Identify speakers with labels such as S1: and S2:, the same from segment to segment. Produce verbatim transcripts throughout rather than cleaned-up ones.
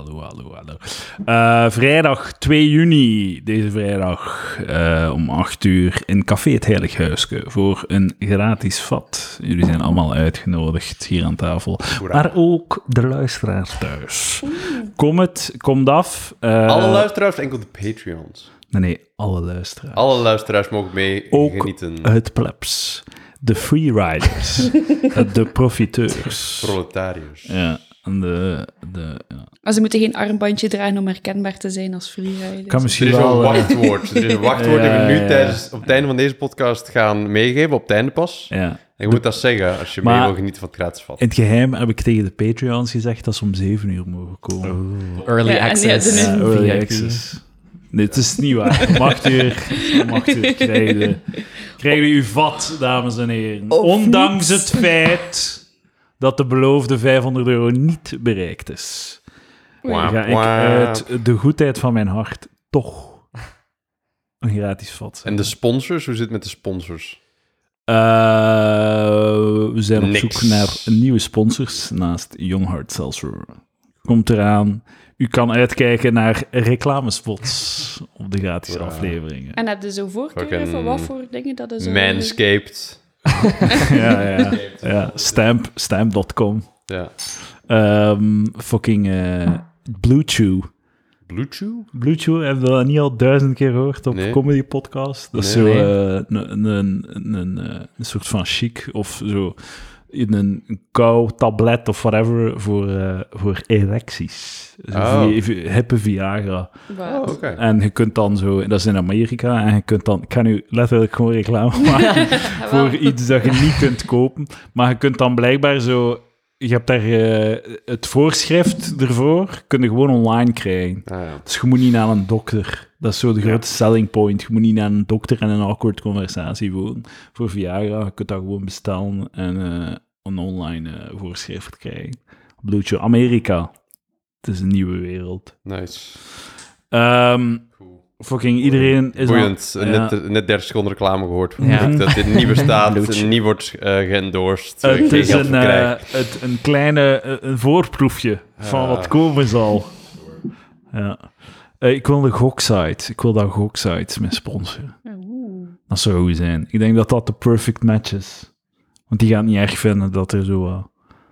S1: hallo, hallo, hallo. Uh, vrijdag twee juni, deze vrijdag, uh, om acht uur in Café Het Heilig Huisje voor een gratis vat. Jullie zijn allemaal uitgenodigd hier aan tafel. Hoera. Maar ook de luisteraars thuis. Kom het, komt af. Uh,
S2: alle luisteraars, enkel de Patreons.
S1: Nee, nee, alle luisteraars.
S2: Alle luisteraars mogen mee
S1: ook
S2: genieten.
S1: Ook het plebs. De freeriders. De profiteurs.
S2: Proletariërs.
S1: Ja. De, de, ja.
S3: Maar ze moeten geen armbandje dragen om herkenbaar te zijn als freerider.
S1: Kan misschien
S2: er is
S1: wel,
S2: een wachtwoord. Er is een wachtwoord
S1: ja,
S2: dat we nu
S1: ja,
S2: tijdens,
S1: ja.
S2: op het einde van deze podcast gaan meegeven, op het einde pas.
S1: Ja.
S2: En je moet dat zeggen als je
S1: maar
S2: mee wil genieten van het gratis vat.
S1: In het geheim heb ik tegen de Patreons gezegd dat ze om zeven uur mogen komen.
S4: Oh. Early
S3: ja,
S4: access.
S3: Ja,
S1: ja, early access. Nee, het is niet waar. Om acht uur, om acht uur krijgen we, krijgen we uw vat, dames en heren.
S3: Of
S1: Ondanks
S3: niet.
S1: het feit dat de beloofde vijfhonderd euro niet bereikt is,
S2: Wap,
S1: ga ik
S2: wap.
S1: uit de goedheid van mijn hart toch een gratis vat
S2: En de sponsors? Hoe zit het met de sponsors?
S1: Uh, we zijn op
S2: Niks.
S1: zoek naar nieuwe sponsors naast Young Heart Seltzer. Komt eraan. U kan uitkijken naar reclamespots op de gratis
S2: Ja.
S1: afleveringen.
S3: En heb je zo voorkeuren
S2: Fucking
S3: van wat voor dingen dat is?
S2: Manscaped.
S1: ja, ja, ja. Stamp, stamp dot com.
S2: Ja.
S1: Um, fucking uh, Blue Chew.
S2: Blue Chew?
S1: Blue Chew, hebben we dat niet al duizend keer gehoord op
S2: Nee.
S1: Comedy Podcast? Dat is
S2: Nee.
S1: zo
S4: Nee.
S1: uh, een, een, een, een, uh, een soort van chic of zo. In een, een kou tablet of whatever voor, uh, voor erecties. Zo
S2: Oh.
S1: vi- vi- hippe Viagra.
S2: Oh, oké. Okay.
S1: En je kunt dan zo, dat is in Amerika, en je kunt dan, ik kan nu letterlijk gewoon reclame maken voor iets dat je niet kunt kopen, maar je kunt dan blijkbaar zo, je hebt daar uh, het voorschrift ervoor, kun je gewoon online krijgen.
S2: Ah, ja.
S1: Dus je moet niet naar een dokter. Dat is zo de
S2: Ja.
S1: grote selling point. Je moet niet naar een dokter en een awkward conversatie voeren. Voor Viagra, je kunt dat gewoon bestellen en uh, een online uh, voorschrift krijgen. Bloedje Amerika. Het is een nieuwe wereld.
S2: Nice.
S1: Um,
S2: Cool.
S1: fucking iedereen is
S2: Boeiend.
S1: aan-
S2: Net,
S1: ja.
S2: net dertig seconden reclame gehoord.
S4: Ja.
S2: Dat, dat dit niet bestaat,
S1: Bloedje.
S2: niet wordt uh, geëndorsed. uh,
S1: Het
S2: geen
S1: is
S2: geld
S1: een,
S2: voor
S1: uh,
S2: krijg.
S1: het, een kleine uh, een voorproefje van
S2: Ah.
S1: wat komen zal. Ja. Uh, ik wil de goksite. Ik wil dat goksite met sponsoren.
S3: Oeh.
S1: Dat zou goed zijn. Ik denk dat dat de perfect match is. Want die gaat niet erg vinden dat er zo... Uh,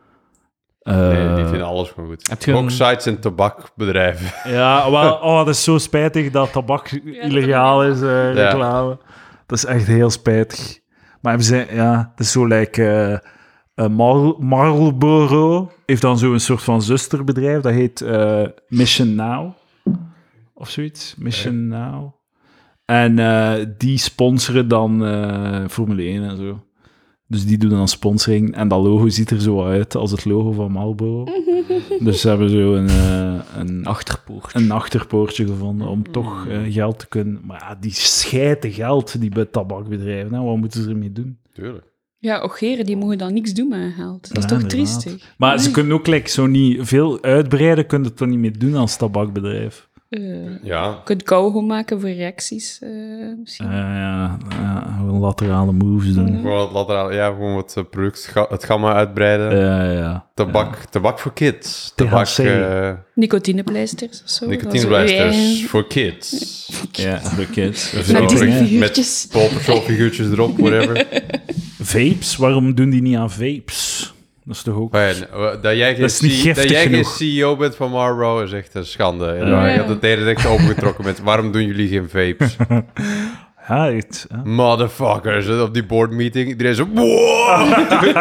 S2: Nee, die vinden alles gewoon goed.
S4: Heb je een-
S2: Ook sites en tabakbedrijven.
S1: Ja, wel, oh, dat is zo spijtig dat tabak illegaal is, uh,
S2: Ja.
S1: reclame. Dat is echt heel spijtig. Maar we zijn, ja, het is zo like... Uh, uh, Mar- Marlboro heeft dan zo'n soort van zusterbedrijf, dat heet uh, Mission Now. Of zoiets. Mission Now. En uh, die sponsoren dan uh, Formule één en zo. Dus die doen dan sponsoring. En dat logo ziet er zo uit als het logo van Marlboro. Dus ze hebben zo een, uh, een,
S4: Achterpoort.
S1: een achterpoortje gevonden om toch uh, geld te kunnen... Maar ja, die scheiden geld, die bij tabakbedrijven. Hè? Wat moeten ze ermee doen?
S2: Tuurlijk.
S3: Ja, ocheren, die mogen dan niks doen met hun geld. Dat is
S1: Ja,
S3: toch
S1: inderdaad.
S3: triestig?
S1: Maar ze
S3: Nee.
S1: kunnen ook like, zo niet veel uitbreiden, kunnen het toch niet meer doen als tabakbedrijf.
S3: Uh,
S2: Ja.
S3: je kunt kauwgom maken voor reacties, uh, misschien.
S1: Uh, ja, ja, gewoon laterale moves doen.
S2: Gewoon het lateraal, ja, gewoon wat uh, product, ga- het gamma uitbreiden.
S1: Ja, ja.
S2: tabak, tabak voor kids.
S1: T H C.
S2: Tabak, uh,
S3: Nicotinepleisters of zo. dat is uw
S2: nicotineblijsters
S3: eigen-
S2: voor kids.
S1: Ja, voor kids.
S2: Met
S3: Met
S2: Zo,
S3: Disney-figuurtjes.
S2: Met Paw Patrol figuurtjes erop, whatever.
S1: Vapes, waarom doen die niet aan vapes? Dat is toch ook...
S2: Maar ja, uh, dat jij geen,
S1: Dat is niet
S2: C-
S1: giftig
S2: dat jij geen
S1: genoeg.
S2: C E O bent van Marlboro is echt een schande. En
S1: Ja.
S2: Ik had het hele direct opengetrokken met waarom doen jullie geen vapes?
S1: Ja, het, ja.
S2: Motherfuckers. Op die board meeting, iedereen zo... Wow!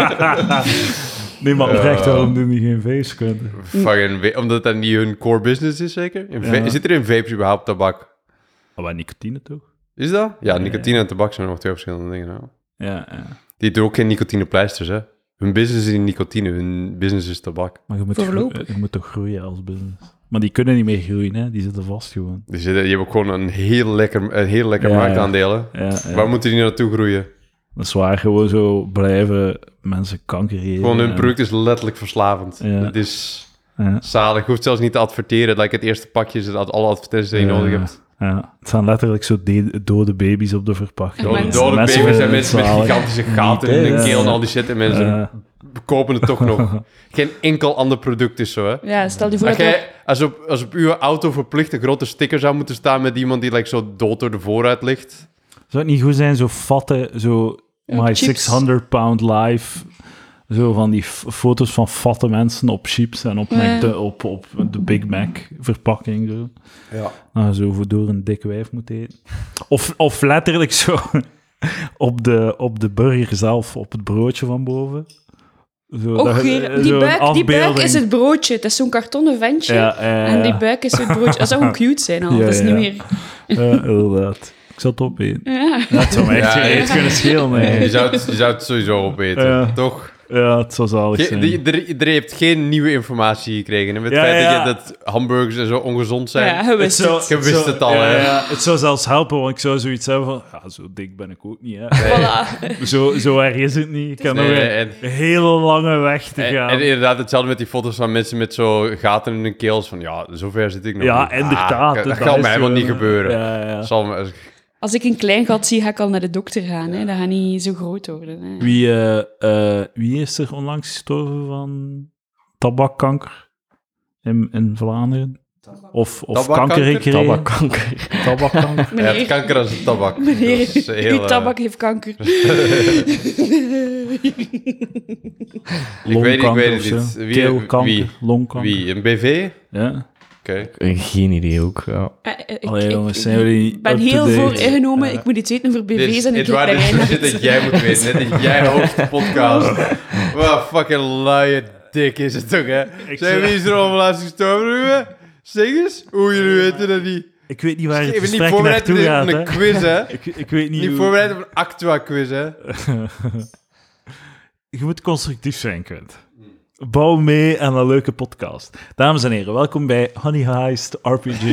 S1: Nee, maar
S2: Ja.
S1: oprecht, waarom doen die geen vapes kunnen?
S2: Fucking, wa- omdat dat niet hun core business is, zeker? In va-
S1: Ja.
S2: Zit er in vapes überhaupt tabak?
S1: Oh, maar nicotine toch?
S2: Is dat? Ja,
S1: Ja,
S2: nicotine en tabak zijn nog twee verschillende dingen. Nou.
S1: Ja, ja.
S2: Die doen ook geen nicotinepleisters, hè? Hun business is niet nicotine, hun business is tabak.
S1: Maar je moet,
S3: Voorlopig.
S1: gro- je moet toch groeien als business? Maar die kunnen niet meer groeien, hè? Die zitten vast gewoon.
S2: Dus je, je hebt ook gewoon een heel lekker, een heel lekker
S1: Ja,
S2: marktaandeel. hè.
S1: Ja, ja.
S2: Waar moeten die naartoe groeien?
S1: Dat is waar, gewoon zo blijven mensen kanker geven.
S2: Gewoon hun
S1: en-
S2: product is letterlijk verslavend.
S1: Ja.
S2: Het is
S1: Ja.
S2: zalig. Je hoeft zelfs niet te adverteren. Like het eerste pakje is dat alle advertenties die je
S1: Ja.
S2: nodig hebt.
S1: Ja, het zijn letterlijk zo de- dode baby's op de verpakking.
S3: Dode-
S2: Dode,
S3: mensen-
S2: dode
S1: mensen
S2: baby's en
S1: willen
S2: mensen met
S1: zalig.
S2: gigantische gaten in
S1: Niet,
S2: de
S1: hè?
S2: keel en al die shit. En mensen
S1: Ja.
S2: kopen het toch nog. Geen enkel ander product is zo, hè.
S3: Ja, stel je voor
S2: Als,
S3: dat...
S2: jij, als, op, als op uw auto verplicht een grote sticker zou moeten staan met iemand die like, zo dood door de vooruit ligt.
S1: Zou het niet goed zijn, zo fatte, zo
S3: Ja,
S1: my
S3: chips.
S1: zeshonderd pound life, zo van die f- foto's van fatte mensen op chips en op,
S3: Ja.
S1: Mac- op, op de Big Mac verpakking, zo.
S2: Ja.
S1: Nou, zo voor door een dik wijf moet eten. Of, of letterlijk zo op de, op de burger zelf, op het broodje van boven. Zo,
S3: Och,
S1: dat-
S3: Gerard,
S1: zo
S3: die
S1: een
S3: buik, die buik
S1: afbeelding.
S3: is het broodje. Het is zo'n kartonnen ventje.
S1: Ja, ja,
S3: En die
S1: ja.
S3: buik is het broodje. Dat zou gewoon cute zijn al.
S1: Ja,
S3: dat is
S1: ja.
S3: niet meer...
S1: Ja, inderdaad. Ik zal het opeten.
S3: Ja.
S1: Ja, het zou mij echt
S2: Ja,
S1: geen
S2: ja.
S1: reet kunnen schelen. Nee.
S2: Je, zou het, je zou het sowieso opeten,
S1: Ja.
S2: toch?
S1: Ja, het zou zalig
S2: Ge-
S1: zijn.
S2: die- Er er heeft geen nieuwe informatie gekregen. En met het
S1: Ja,
S2: feit
S1: ja.
S2: Dat, je, dat hamburgers en zo ongezond zijn.
S3: Ja, je wist
S1: zou-
S3: het.
S2: Je wist
S1: zou-
S2: het al,
S1: ja,
S2: hè?
S1: ja, het zou zelfs helpen, want ik zou zoiets hebben van... Ja, zo dik ben ik ook niet, hè.
S3: Voilà.
S1: Zo, zo erg is het niet. Ik heb
S2: Nee,
S1: nog
S2: nee,
S1: een
S2: en-
S1: een hele lange weg te
S2: En,
S1: gaan.
S2: en inderdaad, hetzelfde met die foto's van mensen met zo gaten in hun keels. Van ja, zover zit ik nog
S1: ja,
S2: niet.
S1: inderdaad.
S2: Ah, dat
S1: is
S2: gaat mij helemaal
S1: gewoon,
S2: niet
S1: eh,
S2: gebeuren.
S1: Ja, ja.
S2: Zal me,
S3: Als ik een klein gat zie, ga ik al naar de dokter gaan. Hè. Dat gaat niet zo groot worden. Hè.
S1: Wie, eh, eh, wie is er onlangs gestorven van tabakkanker in, in Vlaanderen? Of, of
S2: Tabakkanker?
S1: kanker gekregen?
S4: Tabakkanker.
S1: Tabakkanker.
S2: Hij heeft
S3: Meneer,
S2: kanker als een tabak.
S3: meneer
S2: Dat is heel,
S3: uw
S2: eh,
S3: tabak heeft kanker.
S2: Ik weet, ik weet het
S1: Longkanker of zo.
S2: niet. Wie-
S1: Keelkanker,
S2: wie?
S1: longkanker.
S2: Wie? Een B V?
S1: Ja.
S2: Oké.
S4: Geen idee ook, ja.
S3: Eh, eh, ik,
S1: Allee,
S3: ik-
S1: jongens,
S3: ik
S1: zijn jullie
S3: ben
S1: up to
S3: heel
S1: date?
S3: voor ingenomen.
S1: Ja.
S3: Ik moet iets weten over
S2: Dit
S3: B V's
S2: is,
S3: en ik
S2: Edouard,
S3: kijk
S2: dit is
S3: daarin.
S2: shit dat jij moet weten. Net dat jij host de podcast. Wat fucking luie dik is het toch, hè?
S1: Ik
S2: Zijn
S1: zeg-
S2: wie is er allemaal laatst gestorven, Ruben? Zeg eens. Hoe jullie weten dat niet.
S1: Ik weet niet waar het
S2: Even niet
S1: gesprek
S2: voorbereid
S1: naartoe gaat,
S2: op
S1: hè.
S2: een quiz, hè?
S1: Ik, ik weet niet
S2: Niet
S1: hoe...
S2: voorbereid op een Actua-quiz, hè?
S1: Je moet constructief zijn, Quint. Bouw mee aan een leuke podcast. Dames en heren, welkom bij Honey Heist R P G.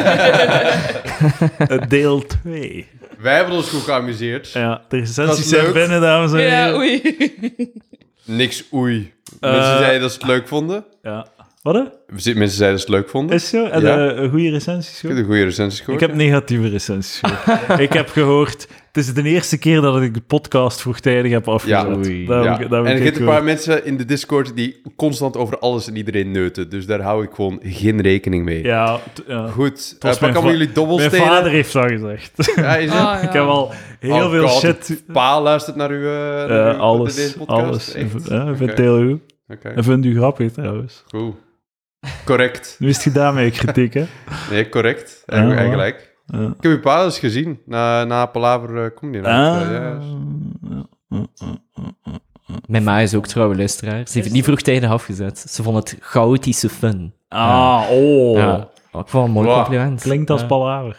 S1: Deel twee.
S2: Wij hebben ons goed geamuseerd.
S1: Ja, de
S2: Dat
S1: recensies
S2: is
S1: zijn
S2: leuk.
S1: binnen, dames en heren.
S3: Ja, oei.
S2: Niks oei.
S1: Eh,
S2: Mensen zeiden dat ze het leuk vonden.
S1: Ja. Wat? Hè?
S2: Mensen zeiden dat ze het leuk vonden.
S1: Is zo? En
S2: Ja.
S1: een goede recensies
S2: Ik
S1: gehoord?
S2: heb de goede recensies
S1: Ik
S2: gehoord.
S1: heb negatieve recensies gehoord. Ik heb gehoord... Het is de eerste keer dat ik de podcast vroegtijdig heb afgezet.
S2: Ja.
S4: Oei.
S1: Dat heb
S2: Ja.
S1: ik- dat heb
S2: En er
S1: ik
S2: zitten een
S1: gehoord.
S2: paar mensen in de Discord die constant over alles en iedereen neuten. Dus daar hou ik gewoon geen rekening mee.
S1: Ja, t- ja.
S2: Goed,
S1: was
S2: uh,
S1: mijn
S2: pak allemaal
S1: va-
S2: jullie
S1: Mijn
S2: dobbelstenen.
S1: vader heeft dat gezegd.
S2: Ja, is het?
S3: Ah, ja.
S1: Ik heb al heel
S2: Oh
S1: veel
S2: God,
S1: shit...
S2: Pa luistert naar uw, uh, naar
S1: Eh,
S2: uw-
S1: alles,
S2: deze podcast.
S1: alles.
S2: Echt?
S1: Ja, ik vind
S2: Oké.
S1: het heel goed.
S2: Oké,
S1: Ik vind u grappig, trouwens.
S2: goed. Correct.
S1: Nu is het gedaan met je kritiek, hè?
S2: Nee, correct.
S1: Ja,
S2: Eigenlijk
S1: voilà.
S2: gelijk.
S1: Ja.
S2: Ik heb uw pa eens gezien. Na, na Palaver uh, kom je
S1: Ah.
S2: naar. Ja,
S1: Ja, ja, ja.
S4: Mijn ma is ook trouwe luisteraar. Ze heeft het niet vroegtijdig afgezet. Ze vond het chaotische fun.
S1: Ah, oh.
S4: Ja. Oh, ik vond het een mooi
S2: Wow.
S4: compliment.
S1: Klinkt als
S4: Ja.
S1: palaver.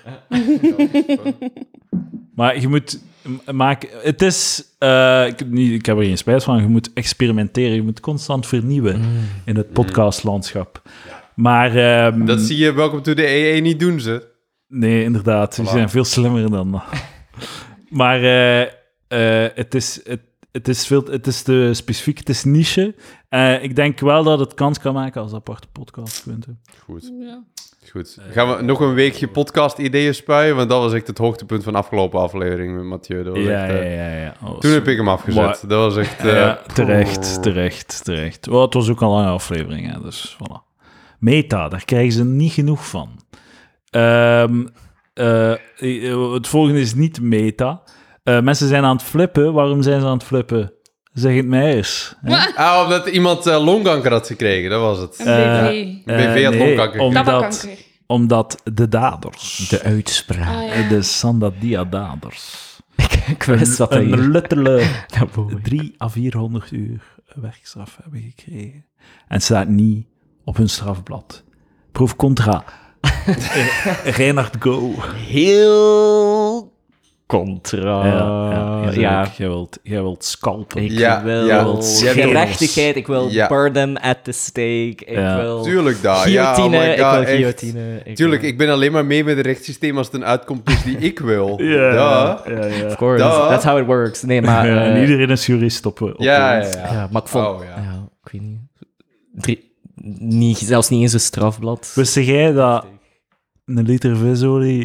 S1: Maar je moet m- maken... Het is... eh, ik, heb niet, ik heb er geen spijt van. Je moet experimenteren. Je moet constant vernieuwen in het podcastlandschap. Maar... ehm,
S2: Dat zie je Welcome to the A A niet doen, ze.
S1: Nee, inderdaad. Die
S2: Voilà.
S1: zijn veel slimmer dan dat. Maar eh, eh, het, is, het, het, is veel, het is te specifiek, het is niche. Eh, ik denk wel dat het kans kan maken als aparte podcast. Quinten.
S2: Goed,
S3: Ja.
S2: goed. Gaan we nog een weekje podcast-ideeën spuien? Want dat was echt het hoogtepunt van de afgelopen aflevering met Mathieu. Dat was
S1: Ja,
S2: echt,
S1: ja,
S2: eh,
S1: ja. ja. Oh,
S2: Toen
S1: zo-
S2: heb ik hem afgezet.
S1: Maar-
S2: Dat was echt... eh,
S1: Ja, terecht, terecht, terecht. Well, het was ook een lange aflevering, hè, dus voilà. Meta, daar krijgen ze niet genoeg van. Ehm, eh, eh, het volgende is niet meta. Eh, mensen zijn aan het flippen. Waarom zijn ze aan het flippen? Zeg het mij eens. hè?
S2: Ah, omdat iemand eh, longkanker had gekregen, dat was het.
S3: Een
S1: Eh,
S3: B V.
S2: B V had
S1: Eh,
S2: longkanker.
S1: omdat,
S3: Tabakkanker.
S1: omdat de daders,
S4: De uitspraak.
S3: Ah, ja.
S1: de Sandadia-daders,
S4: Ik wist wat dat
S1: een
S4: hier
S1: luttele
S4: naar boven.
S1: drie à vierhonderd uur werkstraf hebben gekregen. En het staat niet op hun strafblad. Proef contra. Eh, Reinhard Go.
S4: Heel contra.
S1: ja, ja, jij,
S4: ja.
S1: ook. Jij wilt, jij wilt scalpen.
S4: Ik
S2: Ja,
S4: wil
S2: ja.
S1: Jij wil-
S4: gerechtigheid, ik wil
S2: Ja.
S4: burn them at the stake, ik
S1: Ja.
S4: wil
S2: Tuurlijk daar, ja. Oh
S4: guillotine,
S2: my
S4: ik
S2: God,
S4: wil
S2: echt.
S4: guillotine. Ik
S2: Tuurlijk,
S4: wil-
S2: ik ben alleen maar mee met het rechtssysteem als het een uitkomst is die ik wil.
S1: Ja,
S2: Ja.
S1: ja, ja.
S4: Of course,
S2: Duh.
S4: that's how it works. Nee, maar...
S1: Ja, en
S4: eh,
S1: iedereen is jurist op, op
S2: Ja, ja,
S1: ons.
S2: ja.
S4: ja, maar ik vond...
S2: Oh, ja.
S4: ja, ik weet niet. Drie, niet... Zelfs niet eens een strafblad.
S1: Wist jij dat een liter visolie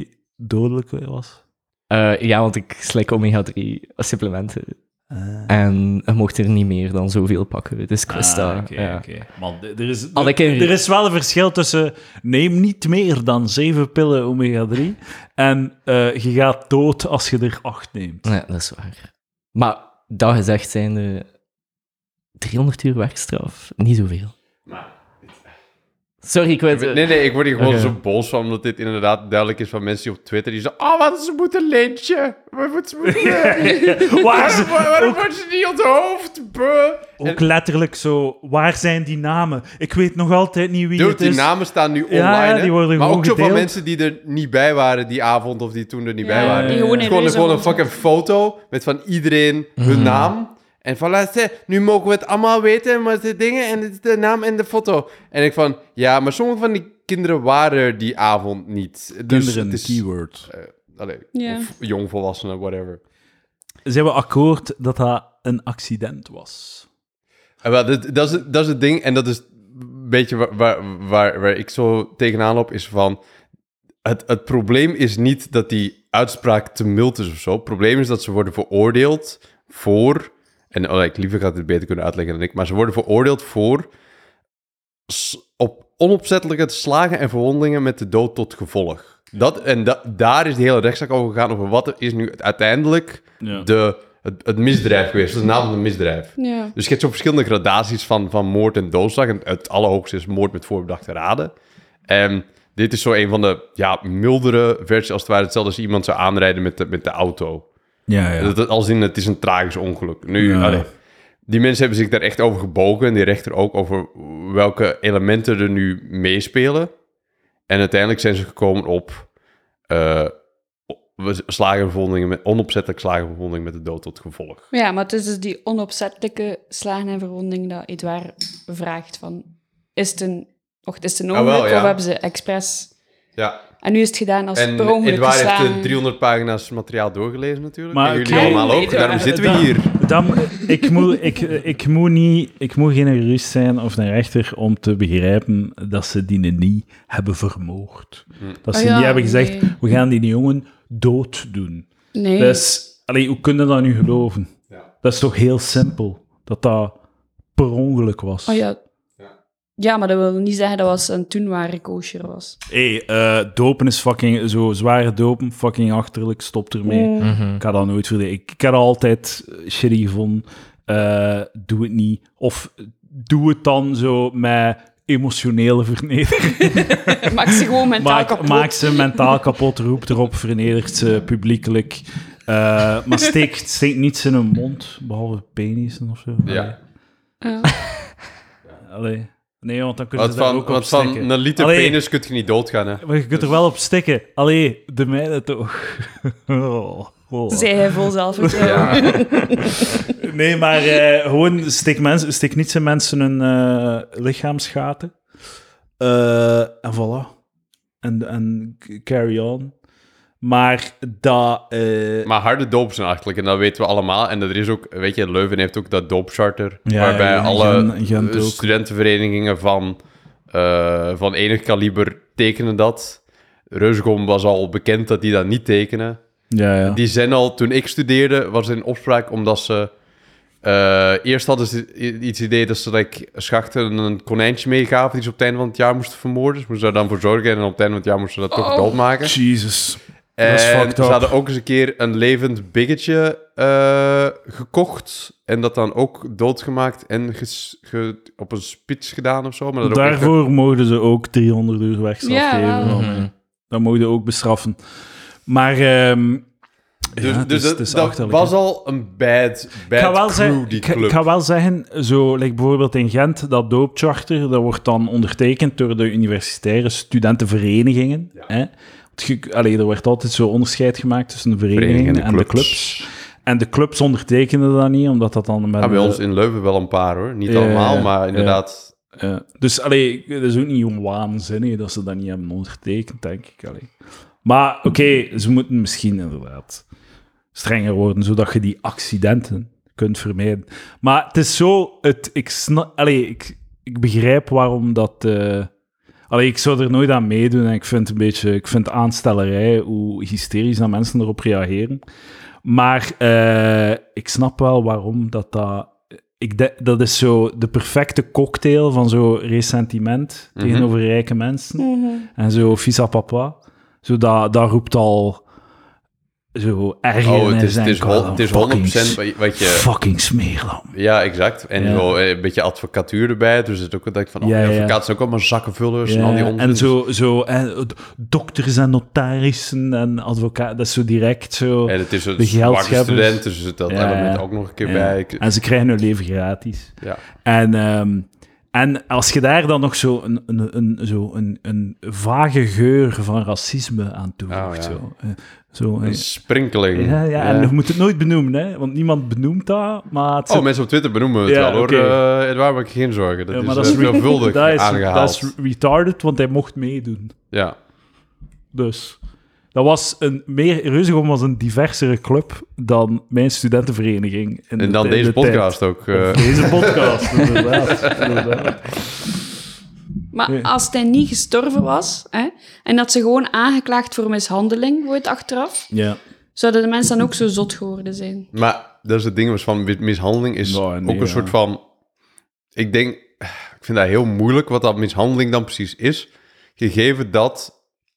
S1: dodelijk was?
S4: Uh, ja, want ik slik omega drie supplementen.
S1: Uh.
S4: En je mocht er niet meer dan zoveel pakken. Dus ik wist
S1: ah,
S4: dat.
S1: Okay,
S4: ja.
S1: okay. Man, d- er, is,
S4: Al
S1: d-
S4: ik een...
S1: er is wel een verschil tussen neem niet meer dan zeven pillen omega drie en uh, je gaat dood als je er acht neemt.
S4: Ja, dat is waar. Maar dat gezegd zijnde, driehonderd uur werkstraf, niet zoveel.
S2: Maar...
S4: Sorry, ik weet...
S2: Nee, nee, ik word hier gewoon
S4: Okay.
S2: zo boos van, omdat dit inderdaad duidelijk is van mensen die op Twitter die zeggen, oh, wat, ze moeten lintje. We moeten...
S1: Waar ze,
S2: Waarom
S1: ook,
S2: wordt ze niet onthoofd, buh?
S1: ook letterlijk zo, waar zijn die namen? Ik weet nog altijd niet wie
S2: Dude,
S1: het
S2: die
S1: is.
S2: namen staan nu online,
S1: Ja, ja,
S2: hè.
S1: die worden
S2: maar
S1: gewoon
S2: ook zo van
S1: gedeeld.
S2: mensen die er niet bij waren die avond, of die toen er niet
S3: Ja,
S2: bij waren.
S3: die
S2: Het
S3: gewoon
S2: is
S3: in
S2: gewoon,
S3: reuze
S2: gewoon een
S3: rond.
S2: fucking foto met van iedereen hun
S4: Mm.
S2: naam. En van, luister, nu mogen we het allemaal weten, maar de dingen en dit is de naam en de foto. En ik van, ja, maar sommige van die kinderen waren er die avond niet. Dus
S1: Kinderen,
S2: het is,
S1: keyword.
S2: uh, allee,
S3: Ja.
S2: of jongvolwassenen, whatever.
S1: Zijn we akkoord dat dat een accident was?
S2: En wel, dat, dat, is, het- dat is het ding, en dat is een beetje waar, waar, waar, waar ik zo tegenaan loop, is van... Het, het probleem is niet dat die uitspraak te mild is of zo. Het probleem is dat ze worden veroordeeld voor... En oh, ik liever had het beter kunnen uitleggen dan ik, maar ze worden veroordeeld voor... s- op onopzettelijke slagen en verwondingen met de dood tot gevolg. Dat, en da, daar is de hele rechtszaak over gegaan, over wat is nu uiteindelijk
S1: Ja.
S2: de, het, het misdrijf geweest. Dat is de naam van het misdrijf.
S3: Ja.
S2: Dus je hebt zo verschillende gradaties van, van moord en doodslag. En het allerhoogste is moord met voorbedachte raden. En dit is zo een van de ja, mildere versies, als het ware hetzelfde als iemand zou aanrijden met de, met de auto.
S1: Ja, ja.
S2: Dat, dat- als in, het is een tragisch ongeluk. Nu,
S1: Ja.
S2: allee, die mensen hebben zich daar echt over gebogen. En die rechter ook over welke elementen er nu meespelen. En uiteindelijk zijn ze gekomen op... eh, slagen en verwondingen met onopzettelijk slagen en verwondingen met de dood tot gevolg.
S3: Ja, maar het is dus die onopzettelijke slagen en verwonding dat Edouard vraagt van... Is het een, och, is het een
S2: Ah,
S3: ongeluk
S2: wel, ja.
S3: of hebben ze expres...
S2: Ja,
S3: En nu is het gedaan als
S2: en
S3: per ongeluk
S2: Edouard heeft
S3: geslagen.
S2: de driehonderd pagina's materiaal doorgelezen natuurlijk.
S1: Maar
S2: en jullie
S1: oké.
S2: allemaal ook,
S3: Edouard.
S2: daarom zitten we
S1: Dan-
S2: hier.
S1: Dan, ik, moet, ik, ik, moet niet, ik moet geen jurist zijn of een rechter om te begrijpen dat ze die niet hebben vermoord. Dat ze
S3: Ah ja,
S1: niet hebben gezegd,
S3: nee.
S1: we gaan die jongen dood doen.
S3: Nee.
S1: Dus, allee, hoe kun je dat nu geloven?
S2: Ja.
S1: Dat is toch heel simpel, dat dat per ongeluk was.
S3: Oh ja. Ja, maar dat wil niet zeggen dat was een toen waar kosher was.
S1: Hé, hey, uh, dopen is fucking, zo zware dopen, fucking achterlijk, stop ermee.
S3: Mm.
S4: Mhm.
S1: Ik ga dat nooit verdedigen. Ik, ik heb dat altijd eh, shitty gevonden. Uh, doe het niet. Of doe het dan zo met emotionele vernedering.
S3: Maak ze gewoon mentaal
S1: maak,
S3: kapot.
S1: maak ze mentaal kapot, roep erop, vernedert ze publiekelijk. Uh, maar steek, steek niets in hun mond, behalve penissen of zo.
S2: Ja.
S3: Ja.
S1: Allee. Nee, want dan kunnen
S2: Want
S1: ze daar
S2: van,
S1: ook op
S2: want van
S1: stikken.
S2: een liter
S1: Allee.
S2: penis kun je niet doodgaan, hè.
S1: Maar je kunt er wel op stikken. Allee, de mijne toch. oh, oh.
S3: Zei hij vol zelfvertrouwen.
S1: Nee, maar eh, gewoon stik, mensen, stik niets in mensen hun eh, lichaamsgaten. Eh, en voilà. En, en carry on. Maar dat... eh,
S2: Maar harde doop zijn eigenlijk, en dat weten we allemaal. En er is ook, weet je, Leuven heeft ook dat doopcharter,
S1: Ja,
S2: waarbij
S1: ja,
S2: alle
S1: Gent- Gent
S2: eh,
S1: ook.
S2: studentenverenigingen van, eh, van enig kaliber tekenen dat. Reusgom was al bekend dat die dat niet tekenen.
S1: ja, ja.
S2: Die zijn al, toen ik studeerde, was er in opspraak omdat ze... eh, eerst hadden ze i- iets idee dat ze like, schachten een konijntje meegaven die ze op het einde van het jaar moesten vermoorden. Ze moesten daar dan voor zorgen en op het einde van het jaar moesten ze dat toch
S3: Oh.
S2: doodmaken.
S1: Jesus. Dat is
S2: En
S1: fucked
S2: ze
S1: up.
S2: hadden ook eens een keer een levend biggetje eh, gekocht en dat dan ook doodgemaakt en ges- ge- op een spits gedaan of zo. Maar dat ook echt-
S1: Daarvoor mogen ze ook driehonderd uur werkstraf
S3: Ja,
S1: geven.
S3: wel.
S1: van,
S4: Mhm.
S1: eh, Dat mogen ze ook bestraffen. Maar... ehm,
S2: Dus,
S1: ja, het
S2: dus
S1: is-
S2: dat,
S1: het is
S2: dat
S1: achterlijk,
S2: was
S1: hè.
S2: al een bad,
S1: Ik ga,
S2: bad
S1: wel
S2: crew,
S1: zeggen,
S2: die
S1: ik, ik
S2: club.
S1: ga wel zeggen, zo, like bijvoorbeeld in Gent, dat doopcharter, dat wordt dan ondertekend door de universitaire studentenverenigingen.
S2: Ja.
S1: Hè? Want je- allee, er werd altijd zo onderscheid gemaakt tussen de verenigingen
S2: Verenigingen
S1: en
S2: en
S1: de
S2: clubs.
S1: clubs. En de clubs ondertekenden dat niet, omdat dat dan... Met
S2: Ah, bij
S1: de-
S2: ons in Leuven wel een paar hoor. Niet
S1: Ja,
S2: allemaal,
S1: ja,
S2: maar
S1: ja.
S2: inderdaad.
S1: eh, dus allee, dat is ook niet onwaanzinnig dat ze dat niet hebben ondertekend, denk ik. Allee. Maar oké, ze moeten misschien inderdaad strenger worden, zodat je die accidenten kunt vermijden. Maar het is zo, het, ik, snap, allee, ik, ik begrijp waarom dat... eh, Allee, ik zou er nooit aan meedoen. En ik vind een beetje... Ik vind aanstellerij, hoe hysterisch dat mensen erop reageren. Maar uh, ik snap wel waarom dat dat... Ik de, dat is zo de perfecte cocktail van zo ressentiment mm-hmm. tegenover rijke mensen. Mm-hmm. En zo fils à papa. Zo dat, dat roept al... Zo ergernis.
S2: Oh, het is,
S1: en
S2: het is, hol, het is honderd procent wat je...
S1: Fucking smeerlam.
S2: Ja, exact. En ja. zo een beetje advocatuur erbij. Dus het ook dat ik van, oh, ja, advocaten ja. zijn ook allemaal zakkenvullers
S1: ja,
S2: en al die onzin.
S1: En zo, zo en, dokters en notarissen en advocaten, dat is zo direct zo...
S2: En het is een zwarte student, dus er zit dat ja, element ook nog een keer ja. bij.
S1: En ze krijgen hun leven gratis.
S2: Ja.
S1: En... Um, En als je daar dan nog zo een, een, een, zo een, een vage geur van racisme aan toevoegt. Oh, ja. zo, zo,
S2: een sprinkeling.
S1: Ja, ja, ja, en je moet het nooit benoemen, hè, want niemand benoemt dat. Maar het
S2: oh, zit... mensen op Twitter benoemen het ja, wel, okay. hoor. Uh, Edouard, maak je geen zorgen. Dat ja, is, dat is veelvuldig dat is, aangehaald.
S1: Dat is retarded, want hij mocht meedoen.
S2: Ja.
S1: Dus... Dat was een meer... Reuzegom was een diversere club dan mijn studentenvereniging. In
S2: en dan
S1: de,
S2: deze
S1: de
S2: podcast
S1: tijd.
S2: ook. Uh...
S1: Deze podcast, inderdaad. inderdaad.
S3: Maar nee. als hij niet gestorven was, hè, en dat ze gewoon aangeklaagd voor mishandeling wordt achteraf,
S1: ja.
S3: zouden de mensen dan ook zo zot geworden zijn.
S2: Maar dat is het ding, van mishandeling is oh, nee, ook een ja. soort van... Ik denk... Ik vind dat heel moeilijk, wat dat mishandeling dan precies is. Gegeven dat...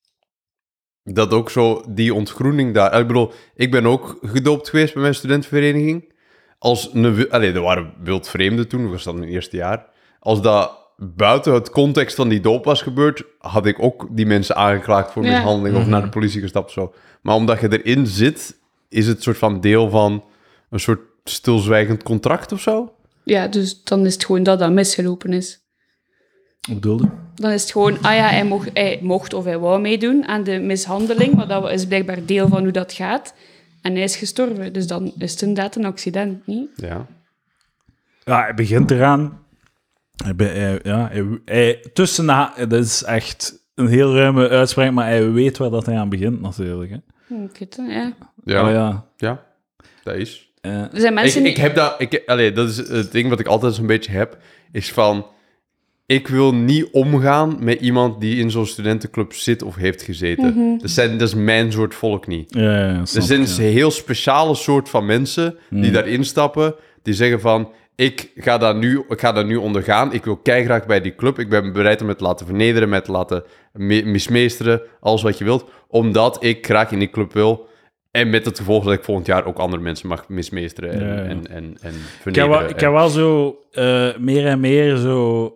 S2: Dat ook zo, die ontgroening daar... Ik bedoel, ik ben ook gedoopt geweest bij mijn studentenvereniging. Als een... Allee, er waren wildvreemden toen, was dat in het eerste jaar. Als dat buiten het context van die doop was gebeurd, had ik ook die mensen aangeklaagd voor ja. mishandeling of mm-hmm. naar de politie gestapt of zo. Maar omdat je erin zit, is het soort van deel van een soort stilzwijgend contract of zo?
S3: Ja, dus dan is het gewoon dat dat misgelopen is.
S1: Wat bedoelde?
S3: Dan is het gewoon, ah ja, hij mocht, hij mocht of hij wou meedoen aan de mishandeling, maar dat is blijkbaar deel van hoe dat gaat. En hij is gestorven, dus dan is het inderdaad een accident, niet?
S2: Ja.
S1: Ja, hij begint eraan. Hij, hij, ja, hij, hij, tussen, dat is echt een heel ruime uitspraak, maar hij weet waar dat hij aan begint, natuurlijk. Hè.
S3: Ik weet het, ja.
S2: Ja,
S1: oh, ja.
S2: ja, dat is.
S1: Uh,
S3: er zijn mensen
S2: ik,
S3: die...
S2: ik heb dat, ik, allez, dat is het ding wat ik altijd zo'n beetje heb, is van... Ik wil niet omgaan met iemand die in zo'n studentenclub zit of heeft gezeten. Mm-hmm. Dat, zijn, dat is mijn soort volk niet.
S1: Ja, ja, ja,
S2: er zijn
S1: ik,
S2: ja. een heel speciale soort van mensen die mm. daarin stappen, die zeggen van, ik ga dat nu, ik ga dat nu ondergaan, ik wil keigraag bij die club, ik ben bereid om het te laten vernederen, met te laten me- mismeesteren, alles wat je wilt, omdat ik graag in die club wil. En met het gevolg dat ik volgend jaar ook andere mensen mag mismeesteren en, ja, ja. en, en, en vernederen.
S1: Ik heb wel, ik heb wel zo uh, meer en meer zo...